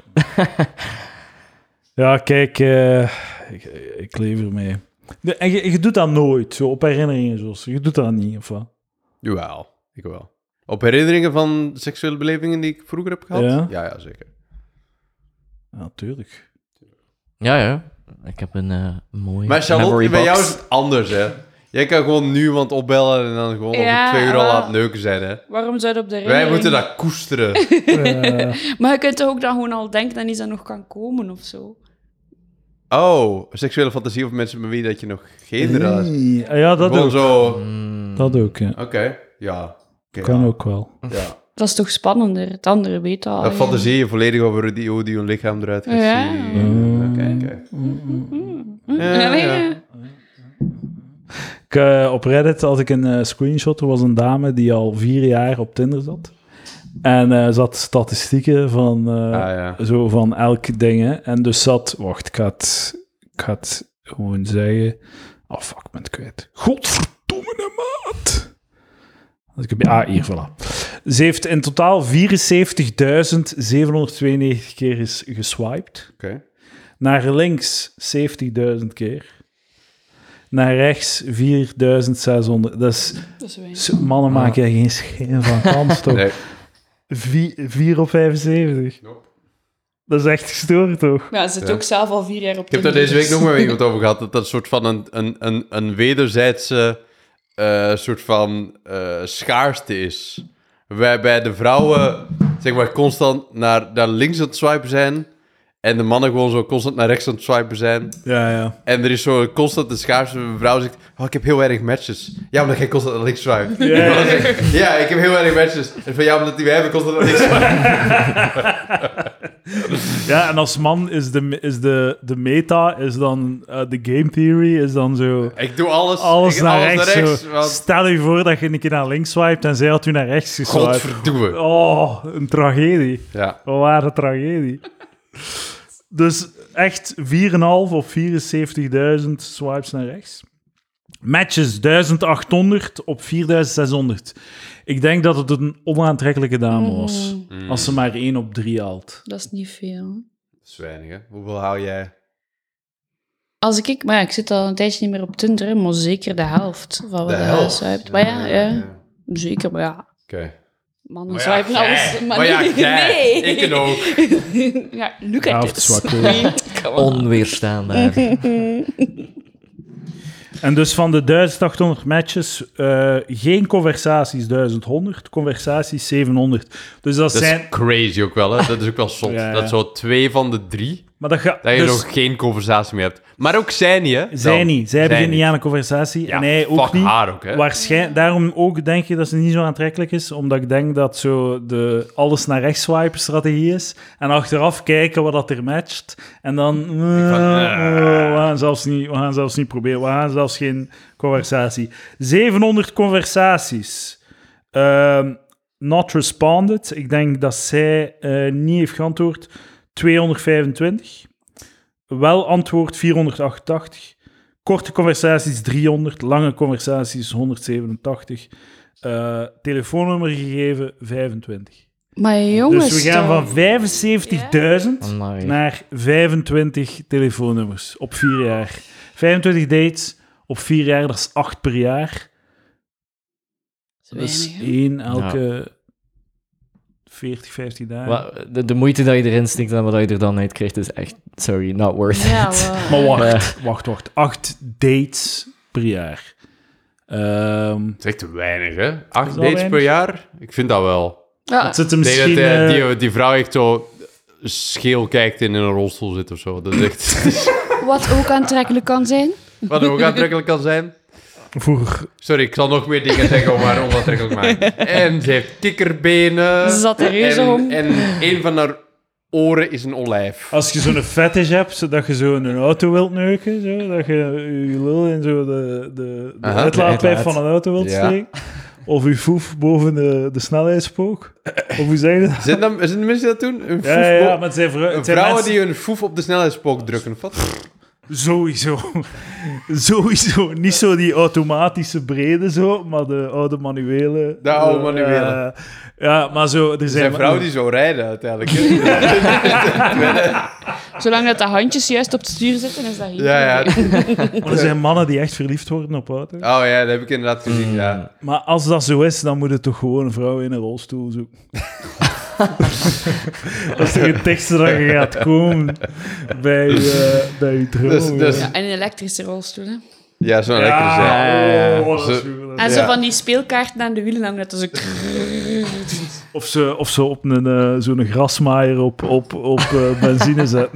S1: Ja, kijk, eh, ik, ik leef ermee. De- En je, je doet dat nooit, zo op herinneringen zoals. Je doet dat niet, of wat?
S2: Jawel, ik wel. Op herinneringen van seksuele belevingen die ik vroeger heb gehad?
S1: Ja?
S2: Ja, ja, zeker.
S1: Ja, tuurlijk.
S4: ja, ja. Ik heb een uh, mooie
S2: Maar Charlotte,
S4: memory
S2: bij jou
S4: box.
S2: is het anders, hè? Jij kan gewoon nu want opbellen en dan gewoon
S3: Ja,
S2: over twee uur al
S3: wel.
S2: laten neuken zijn, hè?
S3: Waarom zou je op de
S2: Wij
S3: herinnering...
S2: moeten dat koesteren.
S1: Eh,
S3: Maar je kunt toch ook dan gewoon al denken dat iets dat nog kan komen of zo.
S2: Oh, seksuele fantasie of mensen met wie dat je nog geen relatie...
S1: nee. Ja, dat
S2: Gewoon
S1: ook.
S2: zo...
S4: Mm.
S1: Dat ook, ja.
S2: Oké, ja. Oké,
S1: Kan
S2: ja.
S1: ook wel.
S2: Ja.
S3: Dat is toch spannender? Het andere weet al.
S2: Dan
S3: ja.
S2: fantaseer je volledig over die, hoe die hun lichaam eruit gaat
S3: Ja.
S2: zien.
S1: Mm.
S2: Oké, oké.
S3: Mm.
S2: Ja,
S3: Ja,
S2: ja.
S3: ja.
S1: Ik, eh, op Reddit had ik een eh, screenshot. Er was een dame die al vier jaar op Tinder zat. En eh zat statistieken van, eh,
S2: Ah, ja.
S1: zo van elk ding. Hè. En dus zat... Wacht, ik ga het, ik ga het gewoon zeggen. Oh, fuck, ik ben het kwijt. Godverdomme maat. Als ik heb, ah, hier, voilà. Ze heeft in totaal vierenzeventigduizend zevenhonderdtweeënnegentig keer is geswiped.
S2: Oké.
S1: Naar links zeventigduizend keer. Naar rechts vierduizend zeshonderd. Dat is...
S3: Dat is weinig.
S1: Zo, mannen maken er geen schijn van kans, toch?
S2: Nee.
S1: vier op vijfenzeventig.
S2: Nope.
S1: Dat is echt gestoord, toch?
S3: Ja, ze zit
S2: Ja.
S3: ook zelf al vier jaar op
S2: Ik heb daar deze week nog met iemand over gehad, dat dat een soort van een, een, een, een wederzijdse uh, soort van uh, schaarste is. Waarbij de vrouwen, zeg maar, constant naar, naar links aan het swipen zijn en de mannen gewoon zo constant naar rechts aan het swipen zijn.
S1: Ja, ja.
S2: En er is zo constant een schaarste, een vrouw zegt, oh, ik heb heel weinig matches. Ja, omdat jij constant naar links swipe.
S1: Ja, ja, ja.
S2: Zegt, ja, ik heb heel weinig matches. En van, ja, omdat die wij hebben constant naar links swipe.
S1: Ja, en als man is de, is de, de meta, is dan uh, de game theory, is dan zo...
S2: Ik doe alles,
S1: Alles,
S2: ik,
S1: naar,
S2: alles
S1: rechts,
S2: naar rechts.
S1: zo.
S2: Want...
S1: Stel je voor dat je een keer naar links swipet en zij had u naar rechts geswiped.
S2: Godverdomme.
S1: Oh, een tragedie.
S2: Ja.
S1: Een ware tragedie. Dus echt vier komma vijf of vierenzeventigduizend swipes naar rechts. Matches duizend achthonderd op vierduizend zeshonderd. Ik denk dat het een onaantrekkelijke dame was.
S3: Mm,
S1: Als ze maar één op drie haalt.
S3: dat is niet veel.
S2: Dat is weinig, hè? Hoeveel hou jij?
S3: Als ik, ik... Maar ja, ik zit al een tijdje niet meer op Tinder, hè, maar zeker de helft van wat
S2: De
S3: hij
S2: helft?
S3: swipt. Maar ja, ja, zeker, maar ja.
S2: Oké.
S3: Mannen
S2: Maar ja,
S3: swipen
S2: jij.
S3: alles. Maar,
S2: Maar ja,
S3: nee,
S2: jij.
S3: nee.
S2: Ik kan ook.
S3: Ja, look at
S1: Helft
S3: this.
S1: zwak, hoor.
S3: Come on.
S4: Onweerstaanbaar.
S1: En dus van de duizend achthonderd matches, uh, geen conversaties duizend honderd, conversaties zevenhonderd. Dus dat,
S2: Dat
S1: zijn...
S2: is crazy ook wel, hè? Dat is ook wel zot.
S1: Ja, ja.
S2: Dat zo twee van de drie,
S1: Maar dat, ga,
S2: dat je
S1: dus,
S2: nog geen conversatie meer hebt. Maar ook zij niet, hè?
S1: zij
S2: Dan.
S1: niet. Zij begint niet aan een conversatie.
S2: Ja,
S1: en hij ook
S2: fuck
S1: niet.
S2: haar ook, hè?
S1: Waarschijn, daarom ook denk je dat ze niet zo aantrekkelijk is, omdat ik denk dat zo de alles naar rechts swipen strategie is. En achteraf kijken wat dat er matcht. En dan...
S2: van,
S1: uh,
S2: uh.
S1: we, gaan zelfs niet, we gaan zelfs niet proberen. We gaan zelfs geen conversatie. zevenhonderd conversaties. Ehm, not responded. Ik denk dat zij uh, niet heeft geantwoord. tweehonderdvijfentwintig. Wel antwoord vierhonderdachtentachtig. Korte conversaties driehonderd. Lange conversaties honderdzevenentachtig. Uh, telefoonnummer gegeven vijfentwintig.
S3: Maar jongens,
S1: Dus we gaan
S3: toch.
S1: van vijfenzeventigduizend
S4: Amai.
S1: naar vijfentwintig telefoonnummers op vier jaar. vijfentwintig dates op vier jaar, dat is acht per jaar.
S3: Dat
S1: Dat
S3: is
S1: is
S3: weinig, hè?
S1: één elke veertig, vijftig dagen.
S4: Wa- De, de moeite dat je erin stikt en wat je er dan uit krijgt is echt, sorry, not worth
S3: Ja,
S4: it.
S3: wel.
S1: Maar wacht, wacht, wacht. Acht dates per jaar. Ehm
S2: Dat is echt te weinig, hè? Acht
S1: dat
S2: dates
S1: weinig?
S2: per jaar? Ik vind dat wel.
S3: Ja,
S1: het zit er
S2: Ik denk
S1: misschien...
S2: dat eh,
S1: eh,
S2: die, die vrouw echt zo scheel kijkt en in een rolstoel zit of zo. Dat is echt...
S3: wat ook aantrekkelijk kan zijn.
S2: wat ook aantrekkelijk kan zijn.
S1: voor...
S2: Sorry, ik zal nog meer dingen zeggen om haar onaantrekkelijk te maken. En ze heeft kikkerbenen.
S3: Ze zat er reuze
S2: en,
S3: om.
S2: en een van haar oren is een olijf.
S1: Als je zo'n fetish hebt, zodat je zo een auto wilt neuken, zo, dat je je lul in zo de, de, de
S2: Aha,
S1: uitlaatpijp
S4: de uitlaat.
S1: van een auto wilt
S2: Ja.
S1: steken. Of je foef boven de, de snelheidspook. Of hoe zeg je dat?
S2: Zijn, dan, zijn de mensen die dat doen? Een
S1: Ja,
S2: foef
S1: ja, ja,
S2: bo-
S1: maar het zijn, vrou- het zijn
S2: vrouwen
S1: mensen...
S2: die hun foef op de snelheidspook drukken. Of wat?
S1: Sowieso. Sowieso. Niet zo die automatische brede zo, maar de oude manuele.
S2: De oude
S1: eh,
S2: manuele.
S1: ja, maar zo... Er
S2: Er
S1: zijn,
S2: zijn vrouwen die zo rijden uiteindelijk. hè.
S3: Zolang dat de handjes juist op het stuur zitten, is dat geen
S2: ja, ja.
S3: probleem.
S1: Maar er zijn mannen die echt verliefd worden op auto's.
S2: Oh ja, dat heb ik inderdaad gezien, ja.
S1: Maar als dat zo is, dan moet het toch gewoon een vrouw in een rolstoel zoeken. Dat is toch het tekstje dat je gaat komen bij je, uh, bij je droom.
S2: Dus- dus-
S3: Ja, en een elektrische rolstoel, hè.
S2: Ja, zo'n
S1: ja,
S2: lekkere zij.
S1: oh, dat is
S2: Zo-
S1: goed.
S3: En
S2: Ja.
S3: zo van die speelkaarten aan de wielen hangen, dat is ook...
S1: Of ze, of ze op een, uh, zo'n grasmaaier op, op, op uh, benzine zetten.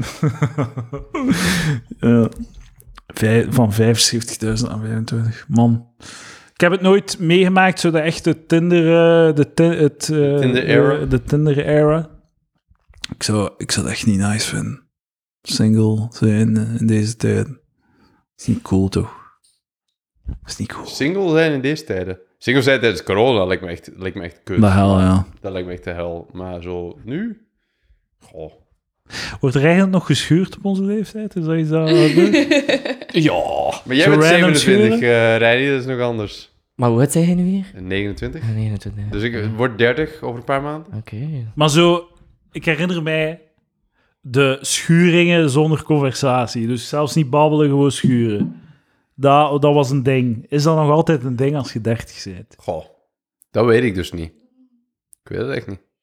S1: uh, vij, van vijfenzeventigduizend naar vijfentwintig. Man. Ik heb het nooit meegemaakt, zo de echte Tinder... Uh, de, ti- het, uh,
S2: Tinder-era.
S1: De, de Tinder-era. Ik zou, ik zou het echt niet nice vinden. Single zijn uh, in deze tijd. Dat is niet cool, toch? Dat is niet cool.
S2: Single zijn in deze tijden. Single zijn tijdens corona lijkt me echt, lijkt me echt kut.
S1: De hel, ja.
S2: Dat lijkt me echt de hel. Maar zo nu? Goh.
S1: Wordt er eigenlijk nog geschuurd op onze leeftijd? Is dat iets dat we doen?
S2: Ja. Maar jij
S1: Zo
S2: bent
S1: random
S2: zevenentwintig, uh, Reini, dat is nog anders.
S4: Maar hoe oud zijn jij nu weer?
S2: negenentwintig.
S4: Ah, negenentwintig.
S2: Dus ik word dertig over een paar maanden.
S4: Oké.
S1: Maar zo, ik herinner mij de schuringen zonder conversatie. Dus zelfs niet babbelen, gewoon schuren. Dat, dat was een ding. Is dat nog altijd een ding als je dertig bent?
S2: Goh. Dat weet ik dus niet. Ik weet het echt niet.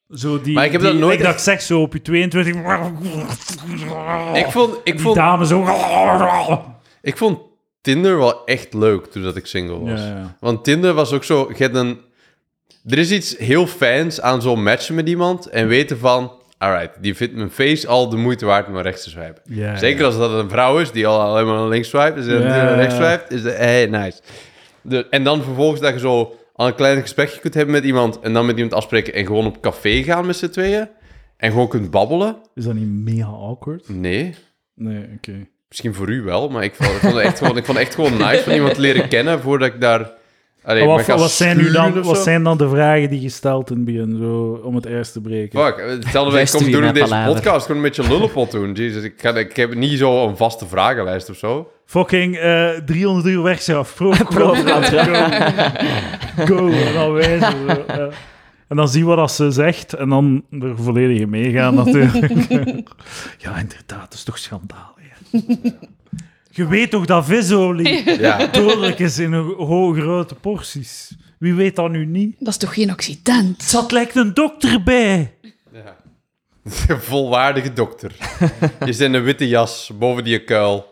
S1: Zo die,
S2: Maar ik heb
S1: die,
S2: dat nooit
S1: like dat ik
S2: echt-
S1: zeg, zo op je tweeëntwintig...
S2: Ik vond, ik
S1: die
S2: vond,
S1: dame zo...
S2: ik vond Tinder wel echt leuk toen dat ik single was.
S1: Ja, ja.
S2: Want Tinder was ook zo... Je hebt een, er is iets heel fijns aan zo'n matchen met iemand en weten van... Alright, die vindt mijn face al de moeite waard om naar rechts te swipen.
S1: Ja,
S2: Zeker
S1: ja.
S2: als dat een vrouw is die al alleen maar naar links swipe, dus
S1: Ja,
S2: die naar rechts
S1: ja.
S2: swipe, is de, hey, nice. De, en dan vervolgens dat je zo al een klein gesprekje kunt hebben met iemand en dan met iemand afspreken en gewoon op café gaan met z'n tweeën en gewoon kunt babbelen.
S1: Is dat niet mega awkward?
S2: Nee,
S1: Nee, oké.
S2: misschien voor u wel, maar ik vond, ik vond, het, echt gewoon, ik vond het echt gewoon nice van iemand te leren kennen voordat ik daar... Allee,
S1: Maar
S2: me
S1: wat,
S2: ga
S1: wat, zijn nu
S2: schuren
S1: dan,
S2: of
S1: wat
S2: zo.
S1: zijn dan de vragen die je stelt in het begin, zo, om het ijs te breken?
S2: Fuck, hetzelfde wij
S4: Beste
S2: komen doen
S4: wie
S2: in
S4: met
S2: deze
S4: palaver.
S2: podcast, gewoon een beetje lullenpot doen. Jesus, ik, ga, ik heb niet zo een vaste vragenlijst of zo.
S1: Fucking eh driehonderd uur werkstraf. Pro,
S4: Proefkant,
S1: Go. Go. En dan wijzen. Zo, ja. En dan zien we wat ze zegt en dan er volledig in meegaan natuurlijk. Ja, inderdaad, dat is toch schandalig. Hè? Je weet toch dat visolie
S2: Ja.
S1: dodelijk is in een hoge grote porties. Wie weet dat nu niet?
S3: Dat is toch geen accident?
S1: Er zat lijkt een dokter bij.
S2: Ja. Een volwaardige dokter. Je zit in een witte jas boven die kuil.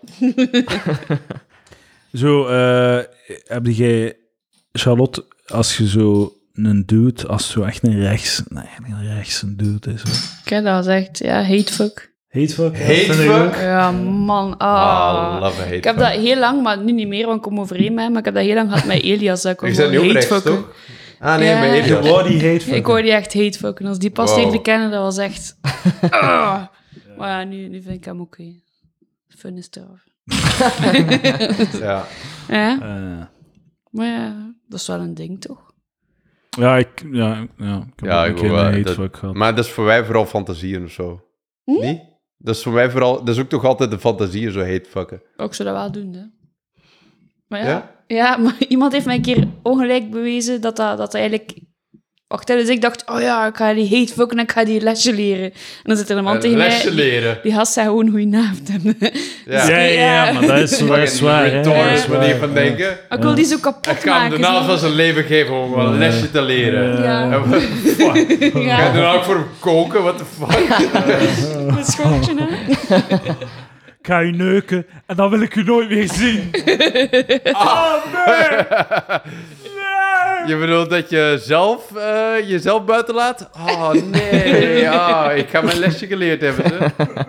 S1: Zo, eh heb jij, Charlotte, als je zo een dude, als zo echt een rechts, nee, een rechts een dude is. Hoor.
S3: Ik heb dat gezegd. Ja, hatefuck.
S1: Hatefuck?
S2: Hatefuck?
S3: Ja, man. Ah.
S2: Ah, love a hate.
S3: Ik heb dat heel lang, maar nu niet meer, want ik kom overeen met hem, maar ik heb dat heel lang gehad met Elias. Dat ik
S2: Je bent nu ook rechts,
S3: hatefucken.
S2: toch? Ah, nee,
S3: Ja.
S2: bij
S1: Je
S2: Elias.
S1: wou die hatefuck.
S3: Ik hoor die echt hatefucken. Als die pas
S2: Wow.
S3: leerde kennen, dat was echt... Ah. Maar ja, nu, nu vind ik hem oké. Fun is eraf.
S2: Ja.
S3: Ja,
S1: Eh,
S3: maar ja, dat is wel een ding, toch?
S1: ja, ik, ja, ja, ik heb
S2: Ja,
S1: ook een
S2: ik
S1: keer
S2: wil,
S1: een
S2: eh,
S1: hatefuck gehad.
S2: Maar dat is voor mij vooral fantasieën of zo. Niet? Dat is voor mij vooral... Dat is ook toch altijd de fantasieën, zo hatefucken.
S3: Ik zou dat wel doen, hè. Maar ja,
S2: Ja?
S3: ja? maar iemand heeft mij een keer ongelijk bewezen dat dat, dat eigenlijk... Wacht, hè, dus ik dacht, oh ja, ik ga die hatefucken en ik ga die lesje leren. En dan zit er een man
S2: Een
S3: tegen
S2: lesje
S3: mij...
S2: leren.
S3: Die gast zei gewoon goedenavond.
S2: Ja.
S1: Ja, ja, ja, maar dat is, dat is waar. hè. Dat is
S2: Rhetorisch
S1: waar,
S2: manier van
S1: ja.
S2: denken.
S3: Maar ik wil die zo kapot
S2: Ik ga hem de
S3: maken.
S2: naam
S3: zo.
S2: van zijn leven geven om een lesje te leren.
S3: Ja.
S2: En wat- Fuck. Ga je
S3: Ja,
S2: dan ook voor hem koken? What the fuck?
S3: een schortje, hè.
S1: Ik ga je neuken en dan wil ik je nooit meer zien. Oh, nee! Nee!
S2: Je bedoelt dat je zelf eh, jezelf buiten laat? Oh nee, oh, ik ga mijn lesje geleerd hebben. Hè?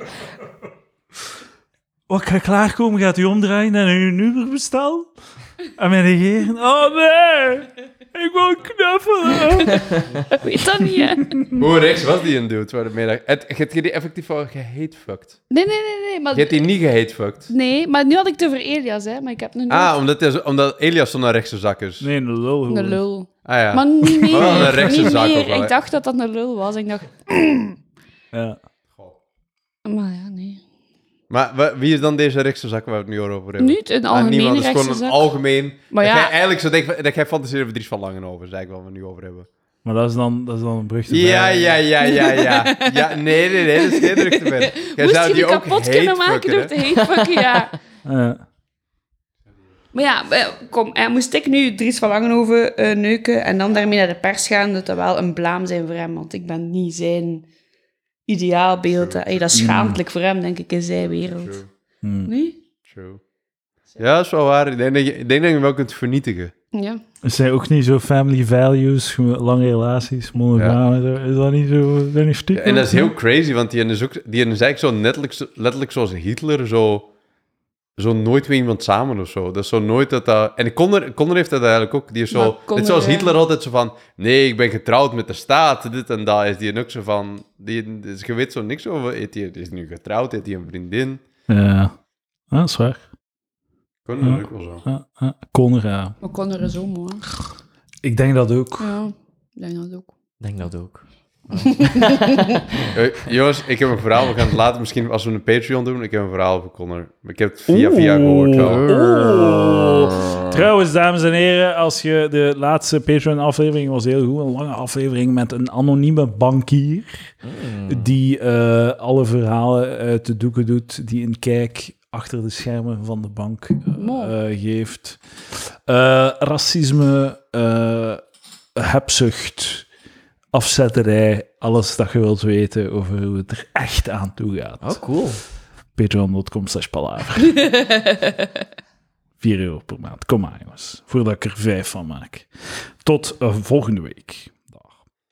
S1: Wat, ik ga klaarkomen, gaat u omdraaien en een Uber bestellen? En mij negeren? Oh nee! Ik wil knuffelen!
S3: Ik weet dat niet, hè.
S2: Hoe rechts was die een dude? Waar de middag... Het, heb je die effectief al gehatefucked?
S3: Nee, nee, nee, nee. Maar,
S2: Je hebt die niet gehatefucked?
S3: nee, maar nu had ik het over Elias, hè. Maar ik heb nog nooit...
S2: Ah, omdat, hij zo- omdat Elias zo'n rechtse zak is.
S1: Nee, een lul. gewoon.
S3: Een lul.
S2: Ah ja.
S3: Maar niet meer.
S2: Maar wel een rechtse
S3: niet
S2: zak
S3: meer.
S2: ook wel, hè.
S3: Ik dacht dat dat een lul was. Ik dacht...
S1: Ja.
S3: Maar ja, nee.
S2: Maar wa- wie is dan deze rechtse zak waar we het nu over hebben?
S3: Niet een
S2: Ah,
S3: algemene
S2: niemand, het is gewoon
S3: rechtse
S2: een
S3: zak.
S2: algemeen...
S3: Maar
S2: dat
S3: ja-
S2: jij eigenlijk zo denkt, dat jij fantaseert over Dries van Langen over, is eigenlijk wat we nu over hebben.
S1: Maar dat is dan, dat is dan een brug te
S2: Ja,
S1: ver.
S2: ja, ja, ja, ja. Ja, nee, nee, nee, dat is geen druk te ver. Jij
S3: Moest
S2: zou
S3: je
S2: die
S3: die
S2: ook
S3: kapot kunnen maken door
S2: hatefucken,
S3: te hatefucken, ja.
S1: Ja.
S3: Maar ja, eh, kom, eh, moest ik nu Dries van Langenhoven eh, neuken en dan daarmee naar de pers gaan, dat dat wel een blaam zijn voor hem, want ik ben niet zijn ideaalbeeld. hè. Hey, dat is schaamtelijk voor hem, denk ik, in zijn wereld.
S2: True,
S1: Hmm.
S3: Nee?
S2: true. Ja, dat is wel waar. Ik denk dat je, ik denk dat je hem wel kunt vernietigen.
S3: Ja.
S1: Is zij ook niet zo family values, lange relaties, monogaam en zo? Is dat niet zo, is dat niet
S2: Ja,
S1: stiekem?
S2: en dat is heel crazy, want die is, ook, die is eigenlijk zo letterlijk, zo- letterlijk zoals Hitler, zo, zo nooit met iemand samen of zo. Dat is zo nooit dat dat... En Connor, Connor heeft dat eigenlijk ook. Die is
S3: Maar
S2: zo...
S3: Connor,
S2: net zoals
S3: ja.
S2: Hitler altijd zo van... Nee, ik ben getrouwd met de staat, dit en dat. Is die ook zo van... Die, dus je weet zo niks over... Heeft die, is nu getrouwd? Heeft hij een vriendin?
S1: Ja, ah, dat is waar.
S2: Connor
S1: Ja.
S2: ook wel zo.
S1: Ja, ja. Connor, ja.
S3: Maar Connor is zo mooi.
S1: Ik denk dat ook.
S3: Ja, ik denk dat ook.
S4: Ik denk dat ook.
S2: Eh, jongens, ik heb een verhaal. We gaan het later misschien, als we een Patreon doen, ik heb een verhaal over Connor. Ik heb het via via gehoord wel.
S1: Oeh. Trouwens, dames en heren, als je de laatste Patreon-aflevering was heel goed, een lange aflevering met een anonieme bankier die eh, alle verhalen uit de doeken doet, die een kijk achter de schermen van de bank eh,
S3: Mooi.
S1: eh, geeft. Eh, racisme, eh hebzucht, afzetterij, alles dat je wilt weten over hoe het er echt aan toe gaat.
S4: Oh, cool.
S1: patreon dot com slash palaver. vier euro per maand. Kom maar, jongens. Voordat ik er vijf van maak. Tot uh, volgende week.